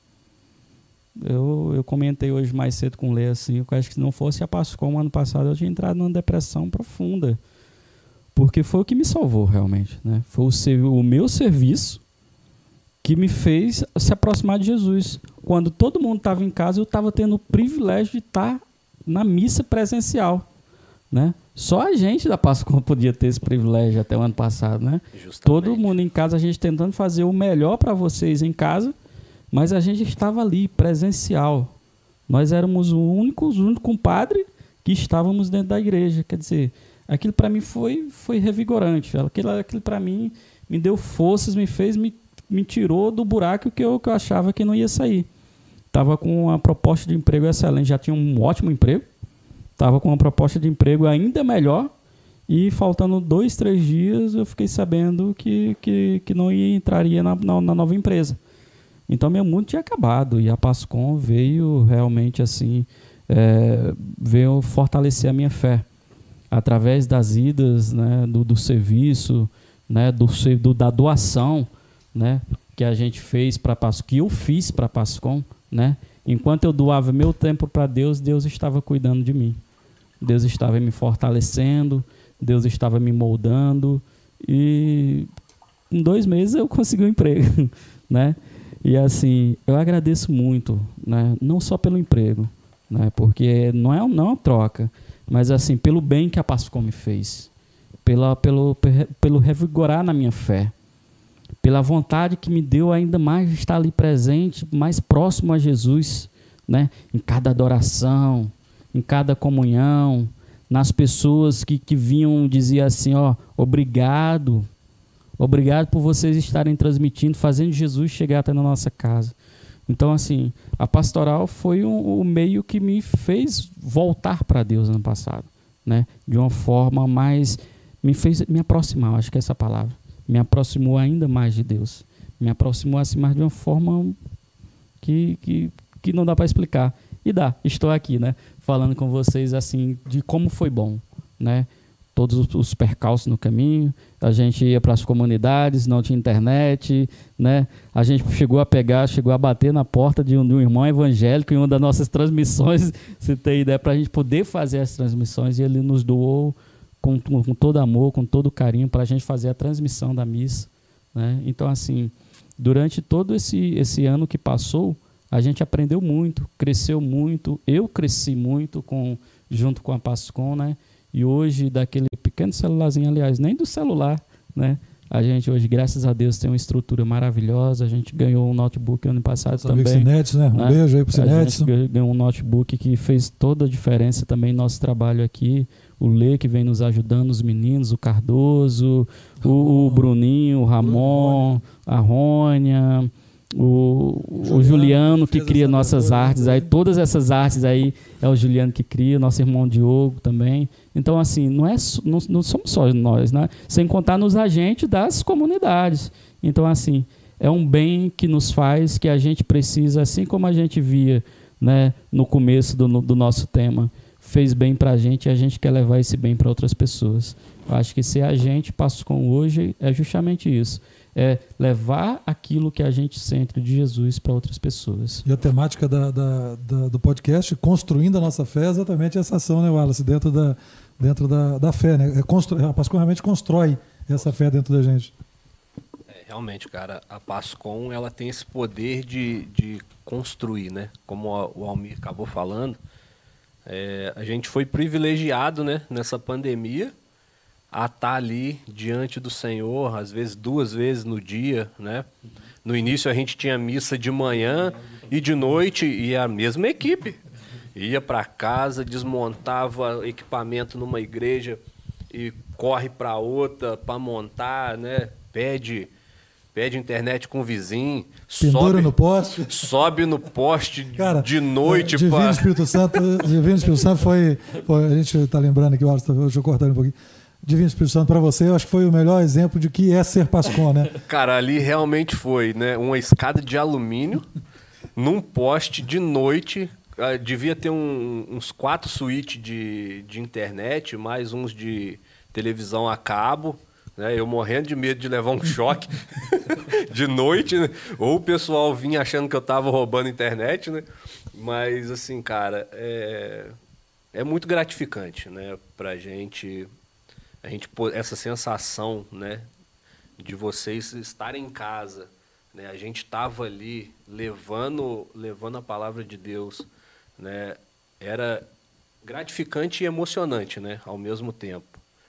Eu, eu comentei hoje mais cedo com o Lê, assim, eu acho que se não fosse a Pascom ano passado, eu tinha entrado numa depressão profunda. Porque foi o que me salvou, realmente, né? Foi o, o meu serviço que me fez se aproximar de Jesus. Quando todo mundo estava em casa, eu estava tendo o privilégio de estar na missa presencial, né? Só a gente da Pascom podia ter esse privilégio até o ano passado, né? Justamente. Todo mundo em casa, a gente tentando fazer o melhor para vocês em casa, mas a gente estava ali, presencial. Nós éramos os únicos, o único compadre que estávamos dentro da igreja. Quer dizer, aquilo para mim foi, foi revigorante. Aquilo, aquilo para mim me deu forças, me fez, me, me tirou do buraco que eu, que eu achava que não ia sair. Estava com uma proposta de emprego excelente, já tinha um ótimo emprego. Estava com uma proposta de emprego ainda melhor e faltando dois, três dias eu fiquei sabendo que, que, que não ia, entraria na, na, na nova empresa. Então meu mundo tinha acabado e a Pascom veio realmente assim, é, veio fortalecer a minha fé através das idas, né, do, do serviço, né, do, do, da doação, né, que a gente fez para Pascom, que eu fiz para a Pascom, né? Enquanto eu doava meu tempo para Deus, Deus estava cuidando de mim. Deus estava me fortalecendo, Deus estava me moldando e em dois meses eu consegui um emprego, né? E assim, eu agradeço muito, né? Não só pelo emprego, né? Porque não é, não é uma troca, mas assim, pelo bem que a Pascom me fez, pela, pelo, pelo revigorar na minha fé, pela vontade que me deu ainda mais de estar ali presente, mais próximo a Jesus, né? Em cada adoração, em cada comunhão, nas pessoas que, que vinham dizer assim, ó, obrigado, obrigado por vocês estarem transmitindo, fazendo Jesus chegar até na nossa casa. Então, assim, a pastoral foi um, o meio que me fez voltar para Deus ano passado, né? De uma forma mais, me fez me aproximar, acho que é essa palavra. Me aproximou ainda mais de Deus. Me aproximou assim mais de uma forma que, que, que não dá para explicar. E dá, estou aqui, né? Falando com vocês assim de como foi bom, né? Todos os, os percalços no caminho, a gente ia para as comunidades, não tinha internet, né? A gente chegou a pegar, chegou a bater na porta de um, de um irmão evangélico em uma das nossas transmissões, se tem ideia, para a gente poder fazer as transmissões, e ele nos doou Com, com todo amor, com todo carinho, para a gente fazer a transmissão da missa, né? Então, assim, durante todo esse, esse ano que passou, a gente aprendeu muito, cresceu muito, eu cresci muito com, junto com a Pascom, né? E hoje, daquele pequeno celularzinho, aliás, nem do celular, né? A gente hoje, graças a Deus, tem uma estrutura maravilhosa. A gente ganhou um notebook ano passado Nossa também. Cinetes, né? Um né? beijo aí pro Cinetes. A gente ganhou um notebook que fez toda a diferença também no nosso trabalho aqui. O Lê, que vem nos ajudando, os meninos, o Cardoso, o, o Bruninho, o Ramon, a Rônia, o, o, o Juliano, que cria nossas artes. Aí, todas essas artes aí é o Juliano que cria, nosso irmão Diogo também. Então, assim, não, é, não, não somos só nós, né? Sem contar nos agentes das comunidades. Então, assim, é um bem que nos faz, que a gente precisa, assim como a gente via, né, no começo do, do nosso tema, fez bem para a gente e a gente quer levar esse bem para outras pessoas. Eu acho que ser agente Pascom hoje é justamente isso. É levar aquilo que a gente sente de Jesus para outras pessoas. E a temática da, da, da, do podcast, construindo a nossa fé, é exatamente essa ação, né, Wallace? Dentro da, dentro da, da fé, né? É constru... A Pascom realmente constrói essa fé dentro da gente. É, realmente, cara, a Pascom, ela tem esse poder de, de construir, né? Como o Almir acabou falando, é, a gente foi privilegiado, né, nessa pandemia, a estar ali diante do Senhor, às vezes duas vezes no dia, né? No início a gente tinha missa de manhã e de noite, e a mesma equipe ia para casa, desmontava equipamento numa igreja e corre para outra para montar, né? Pede, pede internet com o vizinho, pendura sobe no poste, sobe no poste Cara, de noite. É, Divino pra... Espírito Santo, Divino Espírito Santo foi, foi, a gente está lembrando aqui, deixa eu cortar um pouquinho. Divino Espírito Santo, para você, eu acho que foi o melhor exemplo de que é ser Pascom, né? Cara, ali realmente foi, né? Uma escada de alumínio num poste de noite. Uh, devia ter um, uns quatro suítes de, de internet, mais uns de televisão a cabo, né? Eu morrendo de medo de levar um choque de noite, né? Ou o pessoal vinha achando que eu tava roubando internet, né? Mas, assim, cara, é, é muito gratificante, né? Pra gente... A gente, essa sensação, né, de vocês estarem em casa, né, a gente estava ali levando, levando a palavra de Deus, né, era, gratificante e emocionante, né, ao mesmo tempo.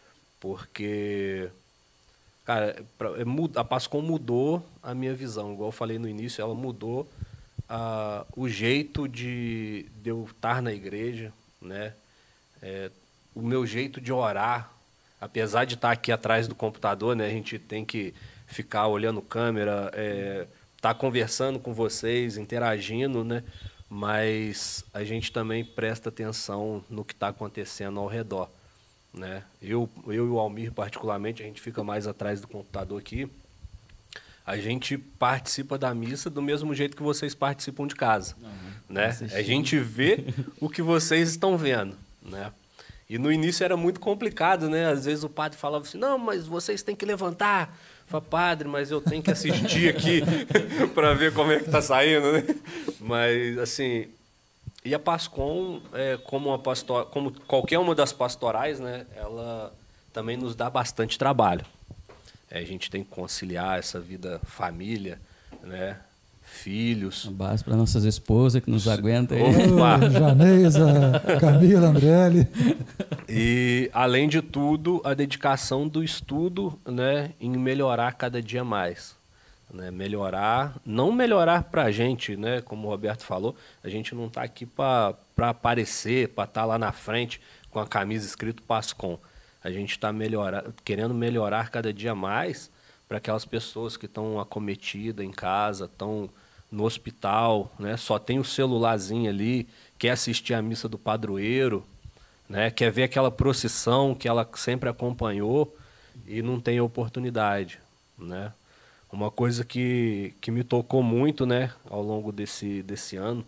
Porque, cara, a Pascom mudou a minha visão. Igual eu falei no início, ela mudou a, o jeito de, de eu estar na igreja, né? É, o meu jeito de orar. Apesar de estar aqui atrás do computador, né, a gente tem que ficar olhando câmera, é, tá conversando com vocês, interagindo, né? Mas a gente também presta atenção no que está acontecendo ao redor, né? Eu, eu e o Almir, particularmente, a gente fica mais atrás do computador aqui. A gente participa da missa do mesmo jeito que vocês participam de casa, uhum, né? A gente vê o que vocês estão vendo, né? E no início era muito complicado, né? Às vezes o padre falava assim, não, mas vocês têm que levantar. Eu falava, padre, mas eu tenho que assistir aqui para ver como é que tá saindo, né? Mas, assim... E a Pascom, é, como, uma pastor, como qualquer uma das pastorais, né? Ela também nos dá bastante trabalho. É, a gente tem que conciliar essa vida família, né? Filhos. Um abraço para nossas esposas que nos aguentam. Opa. Janeisa, Camila, Andrelli. E, além de tudo, a dedicação do estudo, né, em melhorar cada dia mais. Né? Melhorar, não melhorar para a gente, né, como o Roberto falou, a gente não está aqui para aparecer, para estar tá lá na frente com a camisa escrito Pascom. A gente está querendo melhorar cada dia mais para aquelas pessoas que estão acometidas em casa, estão no hospital, né? Só tem o celularzinho ali, quer assistir a missa do padroeiro, né? Quer ver aquela procissão que ela sempre acompanhou e não tem oportunidade, né? Uma coisa que, que me tocou muito, né, ao longo desse, desse ano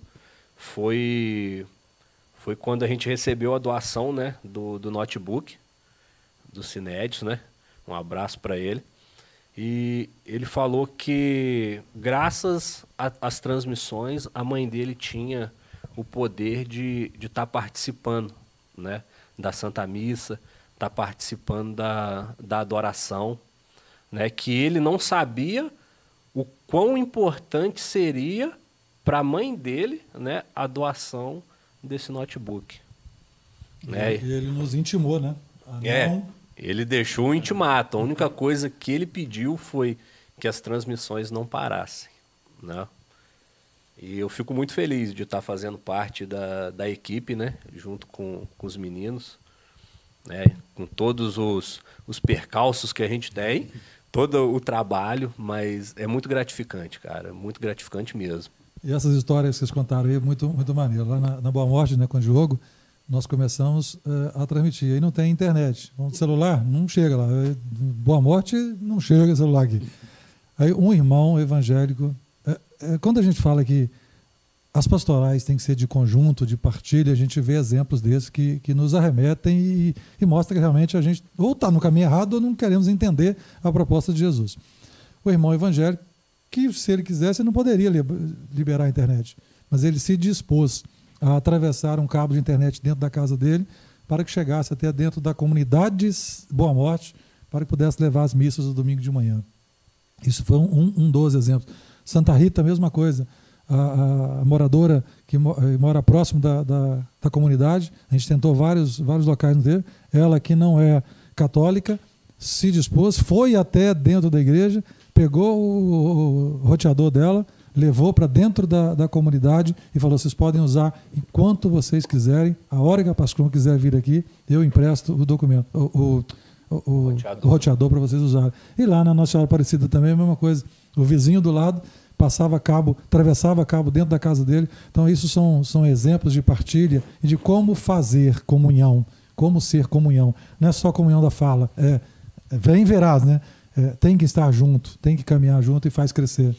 foi, foi quando a gente recebeu a doação, né, do, do notebook do Cinédios, né? Um abraço para ele. E ele falou que, graças às transmissões, a mãe dele tinha o poder de de estar participando, né, da Santa Missa, estar tá participando da, da adoração, né, que ele não sabia o quão importante seria para a mãe dele, né, a doação desse notebook. E, né? e ele nos intimou, né? A é. não... Ele deixou o intimato. A única coisa que ele pediu foi que as transmissões não parassem, né? E eu fico muito feliz de estar fazendo parte da, da equipe, né? Junto com, com os meninos, né? Com todos os, os percalços que a gente tem, todo o trabalho, mas é muito gratificante, cara. Muito gratificante mesmo. E essas histórias que vocês contaram aí, muito, muito maneiro. Lá na, na Boa Morte, né, com o Diogo, nós começamos uh, a transmitir. Aí não tem internet. O celular não chega lá. Boa Morte não chega o celular aqui. Aí um irmão evangélico... É, é, quando a gente fala que as pastorais têm que ser de conjunto, de partilha, a gente vê exemplos desses que, que nos arremetem e, e mostra que realmente a gente ou está no caminho errado ou não queremos entender a proposta de Jesus. O irmão evangélico, que se ele quisesse, não poderia liberar a internet. Mas ele se dispôs a atravessar um cabo de internet dentro da casa dele para que chegasse até dentro da comunidade Boa Morte, para que pudesse levar as missas do domingo de manhã. Isso foi um, um dos exemplos. Santa Rita, a mesma coisa. A, a moradora que mora próximo da, da, da comunidade, a gente tentou vários, vários locais no dele, ela que não é católica, se dispôs, foi até dentro da igreja, pegou o, o roteador dela, levou para dentro da, da comunidade e falou, vocês podem usar enquanto vocês quiserem, a hora que a Pascom quiser vir aqui, eu empresto o documento, o, o, o roteador, o roteador para vocês usarem. E lá na Nossa Senhora Aparecida também a mesma coisa, o vizinho do lado passava cabo, atravessava cabo dentro da casa dele. Então isso são, são exemplos de partilha e de como fazer comunhão, como ser comunhão. Não é só comunhão da fala, é, é vem verás, né? É, tem que estar junto, tem que caminhar junto e faz crescer.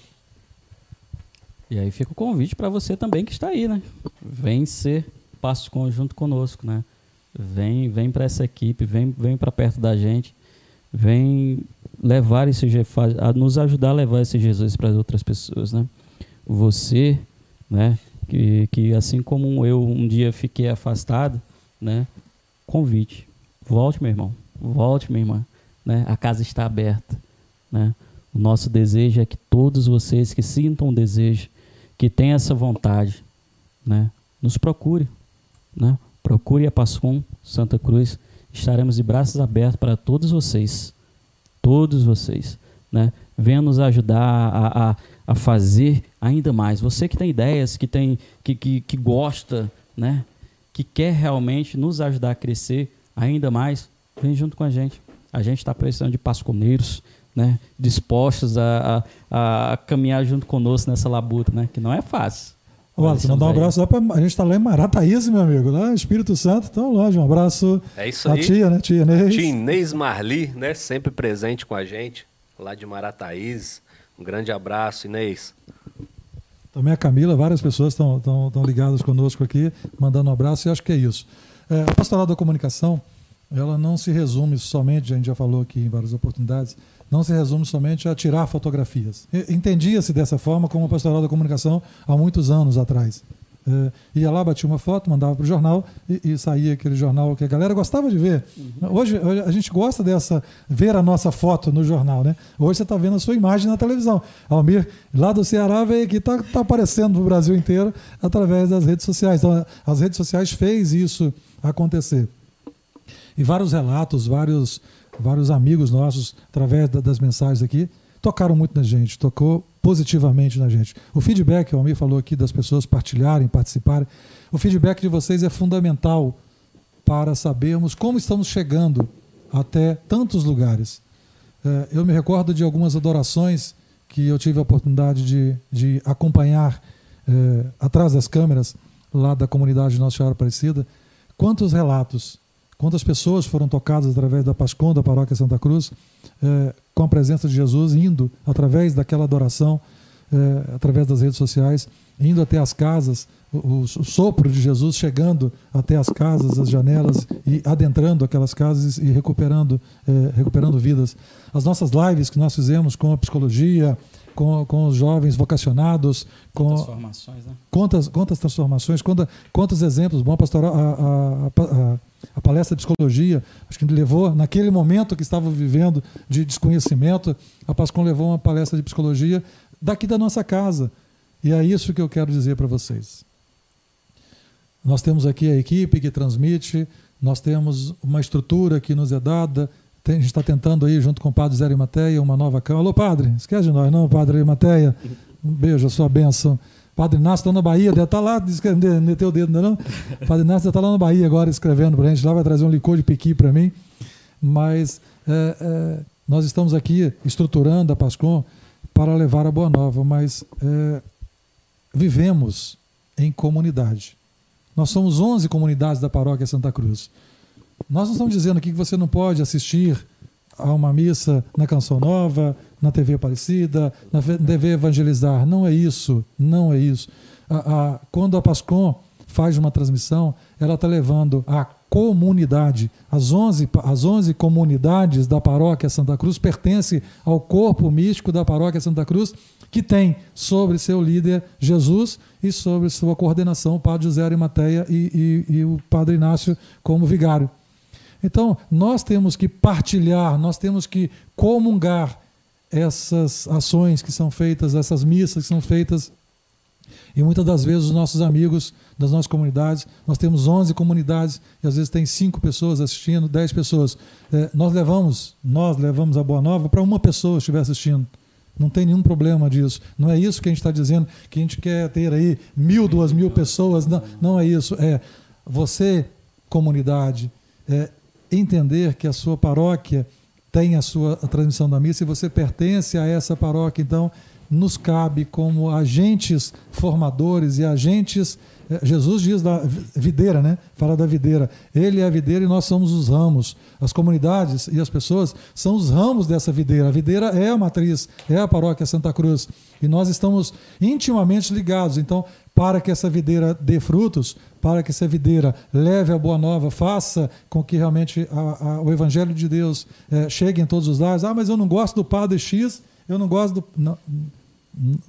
E aí fica o convite para você também que está aí, né? Vem ser passo conjunto conosco, né? Vem, vem para essa equipe, vem, vem para perto da gente, vem levar esse a nos ajudar a levar esse Jesus para as outras pessoas, né? Você, né? Que, que assim como eu um dia fiquei afastado, né? Convite, volte, meu irmão, volte, minha irmã, né? A casa está aberta, né? O nosso desejo é que todos vocês que sintam o desejo, que tenham essa vontade, né? Nos procure, né? procure a Pascom Santa Cruz. Estaremos de braços abertos para todos vocês. Todos vocês. Né? Venha nos ajudar a, a, a fazer ainda mais. Você que tem ideias, que, tem, que, que, que gosta, né? Que quer realmente nos ajudar a crescer ainda mais, vem junto com a gente. A gente está precisando de pasconeiros, né? Dispostos a, a, a caminhar junto conosco nessa labuta, né? Que não é fácil. Olha, você mandar um abraço lá pra, a gente está lá em Marataízes, meu amigo, lá Espírito Santo, tão longe. Um abraço é isso à aí. tia, né? Tia Inês. Tia Inês Marli, né? Sempre presente com a gente, lá de Marataízes. Um grande abraço, Inês. Também a Camila, várias pessoas estão ligadas conosco aqui, mandando um abraço, e acho que é isso. É, a Pastoral da Comunicação, ela não se resume somente, a gente já falou aqui em várias oportunidades, não se resume somente a tirar fotografias. Entendia-se dessa forma como a Pastoral da Comunicação há muitos anos atrás. É, ia lá, batia uma foto, mandava para o jornal e, e saía aquele jornal que a galera gostava de ver. Uhum. Hoje, hoje a gente gosta dessa, ver a nossa foto no jornal, né? Hoje você está vendo a sua imagem na televisão. Almir, lá do Ceará, veio aqui, está tá aparecendo para o Brasil inteiro através das redes sociais. Então, as redes sociais fez isso acontecer. E vários relatos, vários, vários amigos nossos, através da, das mensagens aqui, tocaram muito na gente, tocou positivamente na gente. O feedback, o Almir falou aqui, das pessoas partilharem, participarem, o feedback de vocês é fundamental para sabermos como estamos chegando até tantos lugares. É, eu me recordo de algumas adorações que eu tive a oportunidade de, de acompanhar é, atrás das câmeras, lá da comunidade Nossa Senhora Aparecida. Quantos relatos, quantas pessoas foram tocadas através da Pascom, da Paróquia Santa Cruz, é, com a presença de Jesus, indo através daquela adoração, é, através das redes sociais, indo até as casas, o, o sopro de Jesus chegando até as casas, as janelas, e adentrando aquelas casas e recuperando, é, recuperando vidas. As nossas lives que nós fizemos com a psicologia, com, com os jovens vocacionados, com transformações, né? quantas, quantas transformações, quantas, quantos exemplos. Bom, pastoral, a, a, a, a palestra de psicologia, acho que levou, naquele momento que estava vivendo de desconhecimento, a Pascom levou uma palestra de psicologia daqui da nossa casa. E é isso que eu quero dizer para vocês. Nós temos aqui a equipe que transmite, nós temos uma estrutura que nos é dada. A gente está tentando aí, junto com o padre Zé Arimateia, uma nova cama. Alô, padre, esquece de nós, não, padre Arimateia? Um beijo, a sua bênção. Padre Inácio está na Bahia, deve estar lá, meteu o dedo, não é não? Padre Inácio deve estar lá na Bahia agora, escrevendo para a gente, lá vai trazer um licor de piqui para mim. Mas é, é, nós estamos aqui estruturando a Pascom para levar a Boa Nova, mas é, vivemos em comunidade. Nós somos onze comunidades da Paróquia Santa Cruz. Nós não estamos dizendo aqui que você não pode assistir a uma missa na Canção Nova, na T V Aparecida, na T V Evangelizar. Não é isso, não é isso. A, a, quando a Pascom faz uma transmissão, ela está levando a comunidade. As onze, as onze comunidades da Paróquia Santa Cruz pertencem ao corpo místico da Paróquia Santa Cruz, que tem sobre seu líder Jesus e sobre sua coordenação o padre José Arimateia e, e, e o padre Inácio como vigário. Então, nós temos que partilhar, nós temos que comungar essas ações que são feitas, essas missas que são feitas. E muitas das vezes os nossos amigos das nossas comunidades, nós temos onze comunidades e às vezes tem cinco pessoas assistindo, dez pessoas. É, nós levamos, nós levamos a Boa Nova para uma pessoa estiver assistindo. Não tem nenhum problema disso. Não é isso que a gente está dizendo, que a gente quer ter aí mil, duas mil pessoas. Não, não é isso. É você, comunidade, é, entender que a sua paróquia tem a sua a transmissão da missa e você pertence a essa paróquia. Então, nos cabe como agentes formadores e agentes... Jesus diz da videira, né? Fala da videira. Ele é a videira e nós somos os ramos. As comunidades e as pessoas são os ramos dessa videira. A videira é a matriz, é a Paróquia Santa Cruz. E nós estamos intimamente ligados. Então, para que essa videira dê frutos, para que essa videira leve a Boa Nova, faça com que realmente a, a, o Evangelho de Deus é, chegue em todos os lares. Ah, mas eu não gosto do padre X, eu não gosto do... Não, não,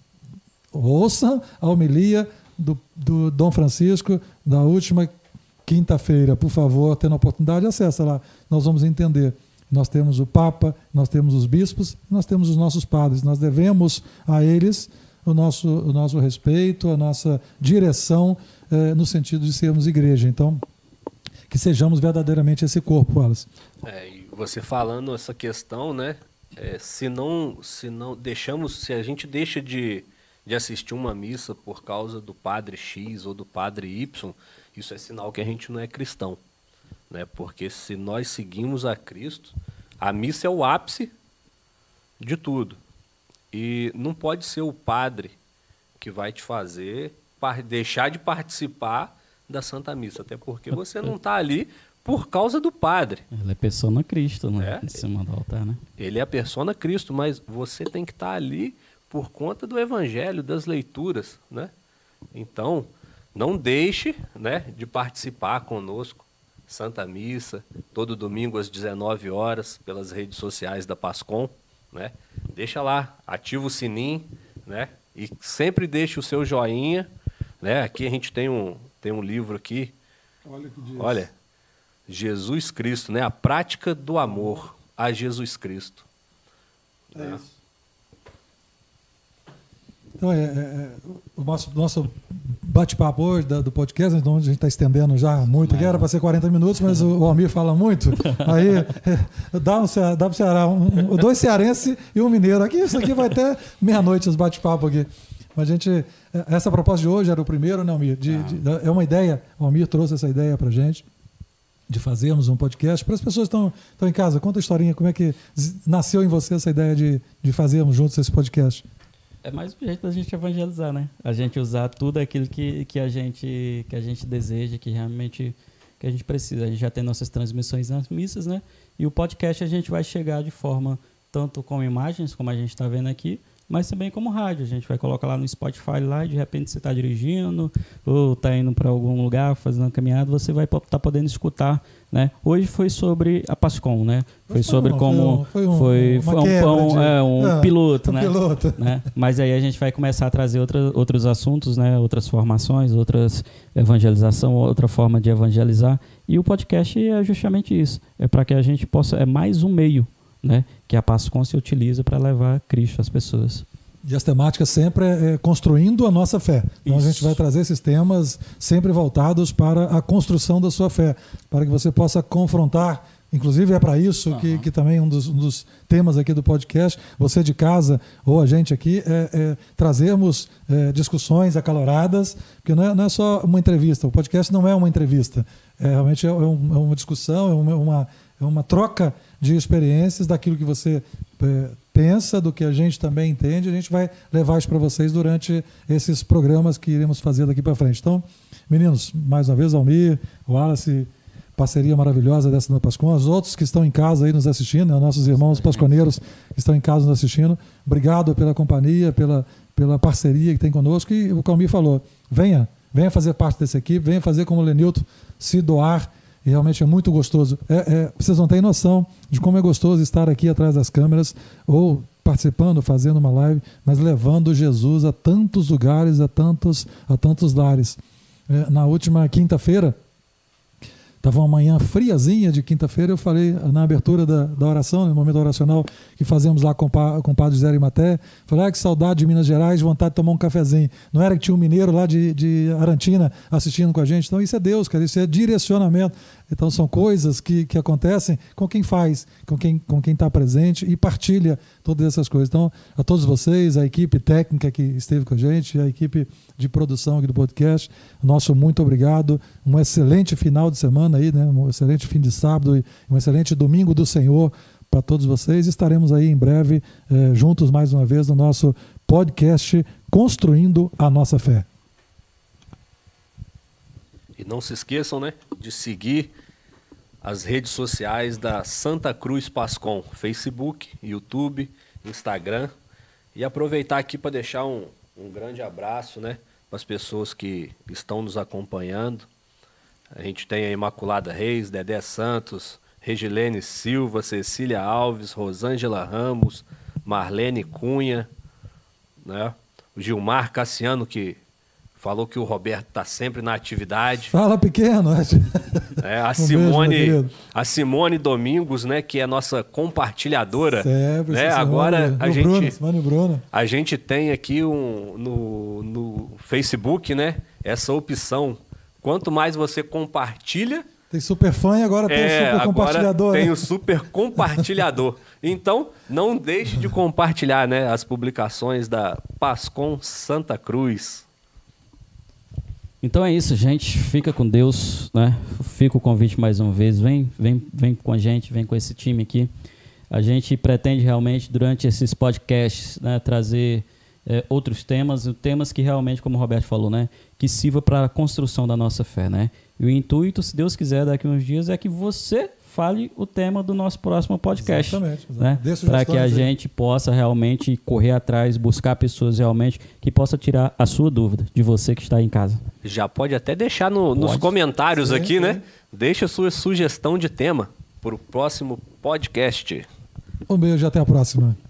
ouça a homilia Do, do Dom Francisco, da última quinta-feira, por favor, tendo a oportunidade, acessa lá, nós vamos entender. Nós temos o Papa, nós temos os bispos, nós temos os nossos padres, nós devemos a eles o nosso, o nosso respeito, a nossa direção, eh, no sentido de sermos igreja. Então, que sejamos verdadeiramente esse corpo, Wallace. É, e você falando essa questão, né? É, se não, se não deixamos, se a gente deixa de, de assistir uma missa por causa do padre X ou do padre Y, isso é sinal que a gente não é cristão, né? Porque se nós seguimos a Cristo, a missa é o ápice de tudo. E não pode ser o padre que vai te fazer deixar de participar da Santa Missa, até porque você não está ali por causa do padre. Ele é persona Cristo, né? É. Em cima do altar, né? Ele é a persona Cristo, mas você tem que estar ali por conta do Evangelho, das leituras, né? Então, não deixe, né, de participar conosco. Santa Missa, todo domingo às dezenove horas, pelas redes sociais da Pascom, né? Deixa lá, ativa o sininho, né? E sempre deixe o seu joinha, né? Aqui a gente tem um, tem um livro aqui. Olha que diz. Olha, Jesus Cristo, né? A prática do amor a Jesus Cristo. É né? isso. Então, é, é, o nosso, nosso bate-papo hoje da, do podcast, então a gente está estendendo já muito, aqui era para ser quarenta minutos, mas o, o Almir fala muito, aí é, dá, um, dá para o Ceará um, um, dois cearenses e um mineiro. Aqui, isso aqui vai até meia-noite os bate-papo aqui. Mas a gente, essa proposta de hoje era o primeiro, né, Almir? De, de, é uma ideia, o Almir trouxe essa ideia para a gente, de fazermos um podcast. Para as pessoas que estão, estão em casa, conta a historinha, como é que nasceu em você essa ideia de, de fazermos juntos esse podcast? É mais um jeito da gente evangelizar, né? A gente usar tudo aquilo que, que, a, gente, que a gente deseja, que realmente que a gente precisa. A gente já tem nossas transmissões nas missas, né? E o podcast a gente vai chegar de forma tanto com imagens, como a gente está vendo aqui, mas também como rádio. A gente vai colocar lá no Spotify lá e de repente você está dirigindo ou está indo para algum lugar, fazendo uma caminhada, você vai estar tá podendo escutar, né? Hoje foi sobre a Pascom, né? Foi sobre não, como foi um, foi, foi foi um, pão, de, é, um é, piloto, um né? piloto. né? Mas aí a gente vai começar a trazer outra, outros assuntos, né? Outras formações, outras evangelização, outra forma de evangelizar. E o podcast é justamente isso. É para que a gente possa, é mais um meio, né? Que a Pascom se utiliza para levar Cristo às pessoas. E as temáticas sempre é, é, construindo a nossa fé. Então Isso. a gente vai trazer esses temas sempre voltados para a construção da sua fé, para que você possa confrontar. Inclusive é para isso uhum. que, que também um dos, um dos temas aqui do podcast, você de casa ou a gente aqui, é, é trazermos é, discussões acaloradas, porque não é, não é só uma entrevista, o podcast não é uma entrevista, é, realmente é, um, é uma discussão, é uma, uma, é uma troca de experiências daquilo que você é, pensa, do que a gente também entende, a gente vai levar isso para vocês durante esses programas que iremos fazer daqui para frente. Então, meninos, mais uma vez, Almir, Wallace, parceria maravilhosa dessa da Pascom, os outros que estão em casa aí nos assistindo, né, nossos irmãos pasconeiros que estão em casa nos assistindo, obrigado pela companhia, pela, pela parceria que tem conosco, e o que o Almir falou, venha, venha fazer parte dessa equipe, venha fazer como o Lenilton, se doar, e realmente é muito gostoso. É, é, vocês não têm noção de como é gostoso estar aqui atrás das câmeras, ou participando, fazendo uma live, mas levando Jesus a tantos lugares, a tantos, a tantos lares. É, na última quinta-feira, estava uma manhã friazinha de quinta-feira, eu falei na abertura da, da oração, no momento oracional que fazemos lá com, com o padre Zé Arimaté, falei, ah, que saudade de Minas Gerais, vontade de tomar um cafezinho. Não era que tinha um mineiro lá de, de Arantina assistindo com a gente? Então isso é Deus, cara, isso é direcionamento. Então são coisas que, que acontecem com quem faz, com quem com quem está presente e partilha todas essas coisas. Então, a todos vocês, a equipe técnica que esteve com a gente, a equipe de produção aqui do podcast, nosso muito obrigado. Um excelente final de semana aí, né? Um excelente fim de sábado e um excelente domingo do Senhor para todos vocês. Estaremos aí em breve eh, juntos mais uma vez no nosso podcast Construindo a Nossa Fé. E não se esqueçam, né, de seguir as redes sociais da Santa Cruz Pascom, Facebook, YouTube, Instagram. E aproveitar aqui para deixar um, um grande abraço, né, para as pessoas que estão nos acompanhando. A gente tem a Imaculada Reis, Dedé Santos, Regilene Silva, Cecília Alves, Rosângela Ramos, Marlene Cunha, né, o Gilmar Cassiano, que falou que o Roberto está sempre na atividade. Fala, pequeno. É, a, um Simone, beijo, a Simone Domingos, né, que é nossa compartilhadora. Sempre, né? Simone, Agora a gente, Bruno, Simone Bruno. a gente tem aqui um, no, no Facebook, né, essa opção. Quanto mais você compartilha, Tem super fã e agora tem É, o super agora compartilhador. tem né? o super compartilhador. Então, não deixe de compartilhar, né, as publicações da Pascom Santa Cruz. Então é isso, gente. Fica com Deus, né? Fica o convite mais uma vez. Vem, vem, vem com a gente, vem com esse time aqui. A gente pretende realmente, durante esses podcasts, né, trazer é, outros temas, temas que realmente, como o Roberto falou, né, que sirva para a construção da nossa fé, né? E o intuito, se Deus quiser, daqui a uns dias, é que você fale o tema do nosso próximo podcast. Exatamente. Né? Para que a aí. gente possa realmente correr atrás, buscar pessoas realmente que possa tirar a sua dúvida de você que está aí em casa. Já pode até deixar no, nos comentários Sim, aqui, sim. né? Deixa a sua sugestão de tema para o próximo podcast. Um beijo e até a próxima.